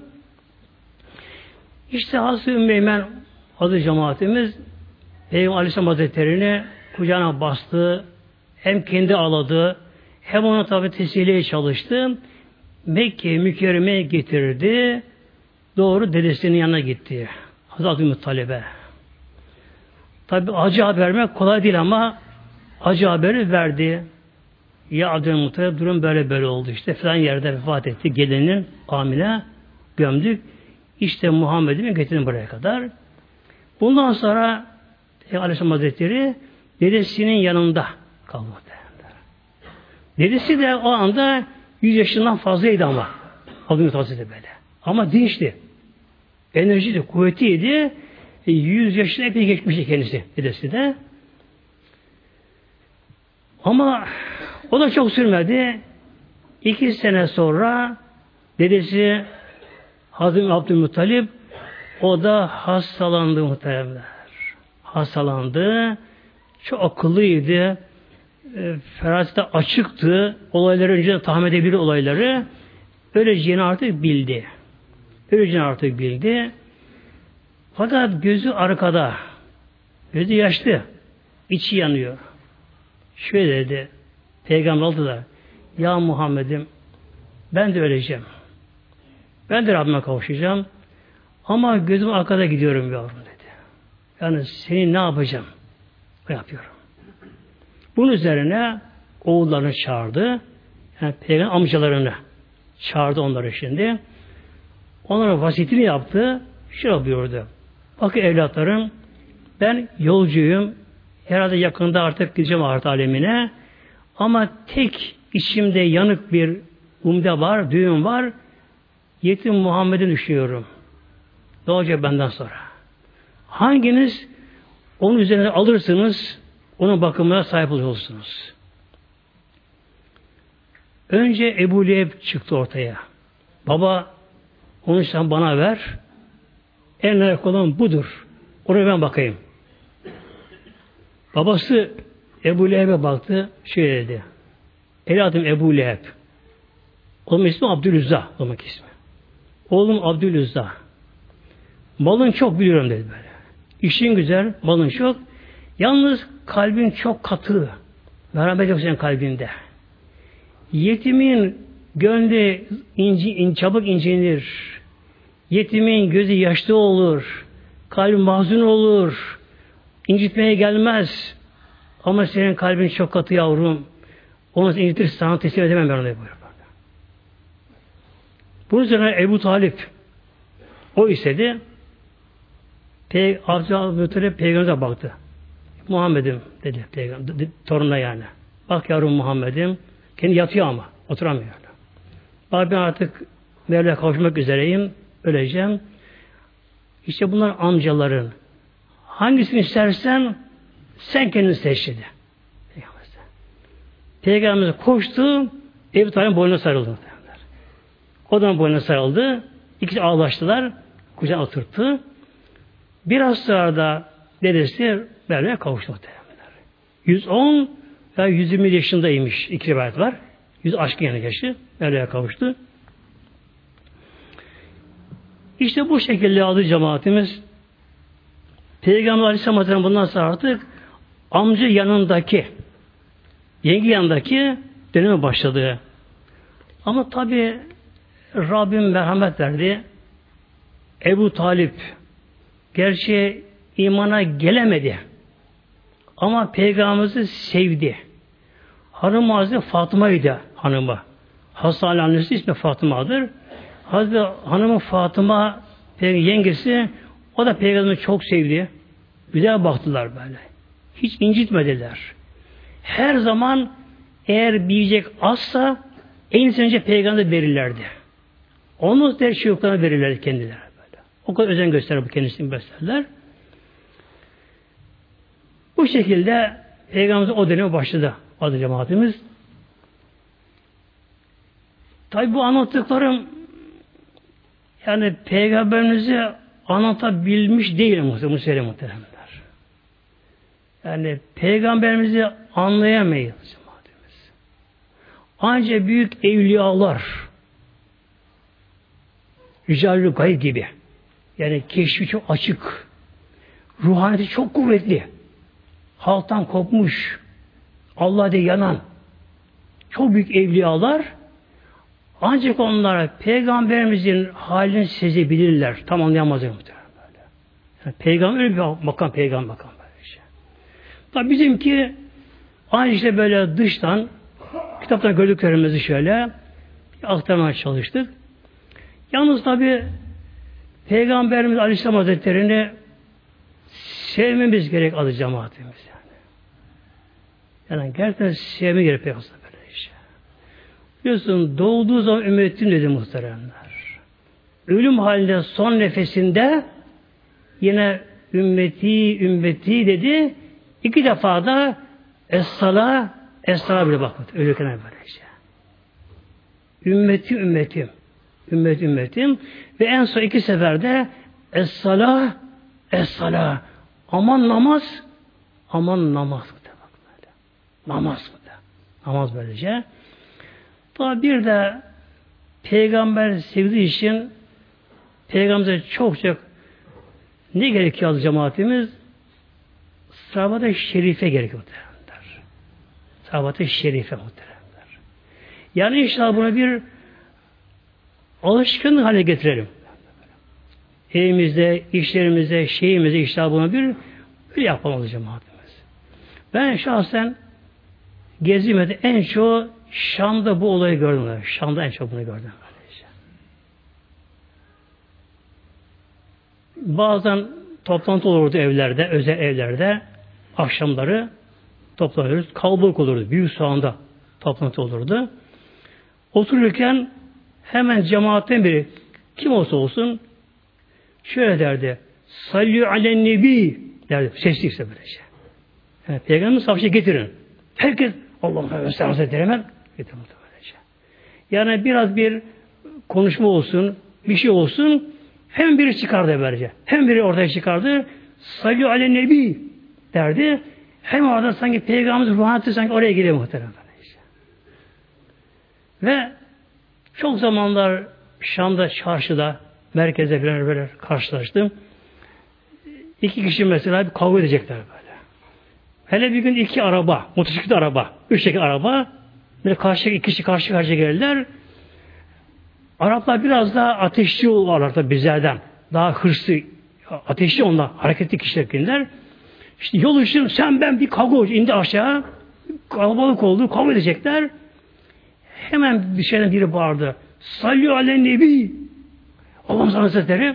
İşte Hazreti Ümmü Eymen adı cemaatimiz Peygamber Aleyhisselam Hazretleri'ni kucağına bastı. Hem kendi ağladı. Hem ona tabi tesliye çalıştı. Mekke mükerremeye getirdi. Doğru dedesinin yanına gitti. Hazreti Muttalib'e. Tabi acı haber vermek kolay değil ama acı haberi verdi. Ya Abdülmuttalip durum böyle böyle oldu işte. Falan yerde vefat etti. Gelinin Amine gömdük. İşte Muhammed'imi getirdim buraya kadar. Bundan sonra Aleyhisselam Hazretleri dedesinin yanında kaldı. Dedesi de o anda yüz yaşından fazlaydı ama. Abdülmuttalip Hazretleri böyle. Ama dinçti. Enerjiydi, kuvvetiydi. E, yüz yaşına epey geçmişti kendisi. Dedesi de. Ama o da çok sürmedi. İki sene sonra dedesi Hazreti Abdülmuttalip o da hastalandı muhteremler. Hastalandı. Çok akıllıydı. E, feraseti açıktı. Olayları önceden tahmin edebilir olayları. Öleceğini artık bildi. Öleceğini artık bildi. Fakat gözü arkada. Gözü yaşlı. İçi yanıyor. Şöyle dedi. Peygamber aldılar. Ya Muhammed'im ben de öleceğim. Ben de Rabbime kavuşacağım. Ama gözüm arkada gidiyorum yavrum dedi. Yani seni ne yapacağım? O yapıyorum. Bunun üzerine oğullarını çağırdı. Yani peygamber amcalarını çağırdı onları şimdi. Onlara vasiyetini yaptı. Şöyle buyurdu. Bakın evlatlarım ben yolcuyum. Herhalde yakında artık gideceğim ahiret alemine. Ama tek içimde yanık bir umde var, düğüm var. Yetim Muhammed'i düşünüyorum. Ne olacak benden sonra? Hanginiz onun üzerine alırsınız, onun bakımına sahip olursunuz? Önce Ebu Leheb çıktı ortaya. Baba, onu sen bana ver. En layık olan budur. Ona ben bakayım. Babası Ebu Leheb'e baktı. Şöyle dedi. Evladım Ebu Leheb. Onun ismi Abdülüzzah. Onun ismi. Oğlum Abdülüzzah. Malın çok biliyorum dedi böyle. İşin güzel, malın çok. Yalnız kalbin çok katı. Merhamet yok senin kalbinde. Yetimin gönlü inci, in, çabuk incinir. Yetimin gözü yaşlı olur. Kalbi mahzun olur. İncitmeye gelmez. Ama senin kalbin çok katı yavrum. Onu incitir sana teslim edemem ben onu buyuruyor. Bunun üzerine Ebu Talip o istedi. Pey Abdülmuttalip Peygamber'e baktı. Muhammed'im dedi Peygamber torununa yani. Bak yavrum Muhammed'im. Kendi yatıyor ama oturamıyor. Bak ben artık Mevla'ya kavuşmak üzereyim. Öleceğim. İşte bunlar amcaların. Hangisini istersen sen kendini seç dedi. Peygamberimiz koştu. Ebu Talib'in boynuna sarıldı. O da boynuna sarıldı. İkisi ağlaştılar. Kucağına oturttu. Biraz sonra da dedesi Mevla'ya kavuştu. yüz on ve yüz yirmi yaşındaymış. İki rivayet var. yüz aşkın yanı geçti. Mevla'ya kavuştu. İşte bu şekilde adı cemaatimiz. Peygamber Aleyhisselam Hazretleri bundan sonra artık amca yanındaki, yenge yanındaki döneme başladı. Ama tabi Rabbim merhamet verdi. Ebu Talip gerçi imana gelemedi. Ama Peygamberimizi sevdi. Hanım Hazreti Fatıma'ydı hanımı. Hasan annesi ismi Fatıma'dır. Hazreti hanımı Fatıma yengesi, o da Peygamber'i çok sevdi. Güzel baktılar böyle. Hiç incitmediler. Her zaman eğer bir yiyecek azsa en önce Peygamber'e verirlerdi. Onu der çocuklarına verirlerdi kendileri böyle. O kadar özen gösterir bu kendisini gösterirler. Bu şekilde Peygamberimiz o döneme başladı adı cemaatimiz. Tabi bu anlattıklarım yani Peygamberimizi anlatabilmiş değil muhtemelen muhteremler. Yani Peygamberimizi anlayamayız cemaatimiz. Ancak büyük evliyalar, Rical-i Gayb gibi, yani keşfi çok açık, ruhaniyeti çok kuvvetli, halktan kopmuş, Allah'a de yanan çok büyük evliyalar ancak onlar Peygamberimizin halini sezebilirler. Tam anlayamazlar muhtemelen böyle. Yani Peygamber öyle bir makam, Peygamber makam böyle şey. Tabi bizimki aynı işte böyle dıştan kitaptan gördüklerimizi şöyle aktarmaya çalıştık. Yalnız tabi Peygamberimiz Aleyhisselam Hazretleri'ni sevmemiz gerek adı cemaatimiz yani. Yani gerçekten sevmemiz gerek Peygamber böyle şey. Biliyorsun doğduğu zaman ümmetim dedi muhteremler. Ölüm halinde son nefesinde yine ümmeti ümmeti dedi. İki defa da Es-sala Es-sala bile bakmadı. Ölürken böyle şey. Ümmeti ümmetim. Ümmet ümmetim. Ve en son iki seferde Es-sala Es-sala. Aman namaz aman namaz. Namaz. Namaz böylece. Daha bir de Peygamber sevdiği için Peygamber'e çok çok ne gerekiyor cemaatimiz? Sahabat-ı şerife gerekiyor muhteremler. Sahabat-ı şerife muhteremler. Yani inşallah buna bir alışkın hale getirelim. Evimizde, işlerimizde, şeyimizde inşallah buna bir bir yapalım cemaatimiz. Ben şahsen gezimede en çok Şam'da bu olayı gördüm. Şam'da en çok bunu gördüm. Bazen toplantı olurdu evlerde, özel evlerde. Akşamları toplanıyoruz. Kalabalık olurdu. Büyük salonda toplantı olurdu. Otururken hemen cemaatten biri kim olsa olsun şöyle derdi. Sallu alen nebi derdi. Sesli ise böyle şey. Yani Peygamberimiz savaşa getirin. Herkes Allah'ım sen Hazretleri hemen getirin. Yani biraz bir konuşma olsun, bir şey olsun, hem biri çıkardı böylece. Hem biri ortaya çıkardı. Sallu alen nebi derdi. Hem orada sanki Peygamberimiz ruhaniyeti sanki oraya geliyor muhtemelen. Ve çok zamanlar Şam'da, çarşıda, merkezde böyle, böyle karşılaştım. İki kişi mesela bir kavga edecekler böyle. Hele bir gün iki araba, motosiklet araba, üç teker araba, böyle karşı iki kişi karşı karşıya geldiler. Araplar biraz daha ateşli olarlar da bizlerden. Daha hırslı, ateşli onlar, hareketli kişiler. İşte yol üstü sen ben bir kavga indi aşağı. Kalabalık oldu, kavga edecekler. Hemen bir şeyden biri bağırdı. Sallu alen nebi. Allah'ım sana Hazretleri.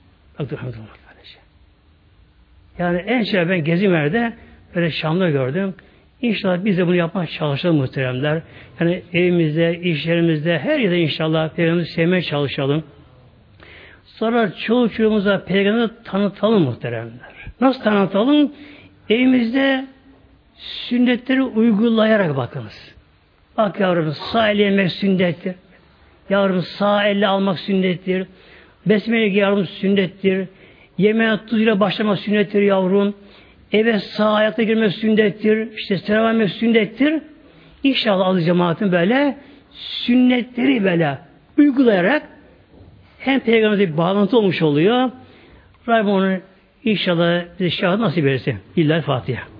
Yani en şey ben gezim yerde böyle Şam'da gördüm. İnşallah biz de bunu yapmaya çalışalım muhteremler. Yani evimizde, işlerimizde, her yerde inşallah Peygamberimizi sevmeye çalışalım. Sonra çoğu çocuğumuza Peygamber'i tanıtalım muhteremler. Nasıl tanıtalım? Evimizde sünnetleri uygulayarak bakınız. Bak yavrum sağ elle yemek sünnettir. Yavrum sağ elle almak sünnettir. Besmele yavrum sünnettir. Yemeğe tuzuyla başlamak sünnettir yavrum. Eve sağ ayakta girmek sünnettir. İşte selam vermek sünnettir. İnşallah adı cemaatin böyle sünnetleri böyle uygulayarak hem Peygamber'e bir bağlantı olmuş oluyor. Rabbim onu inşallah bize şahit nasip ederse. İllahi Fatiha.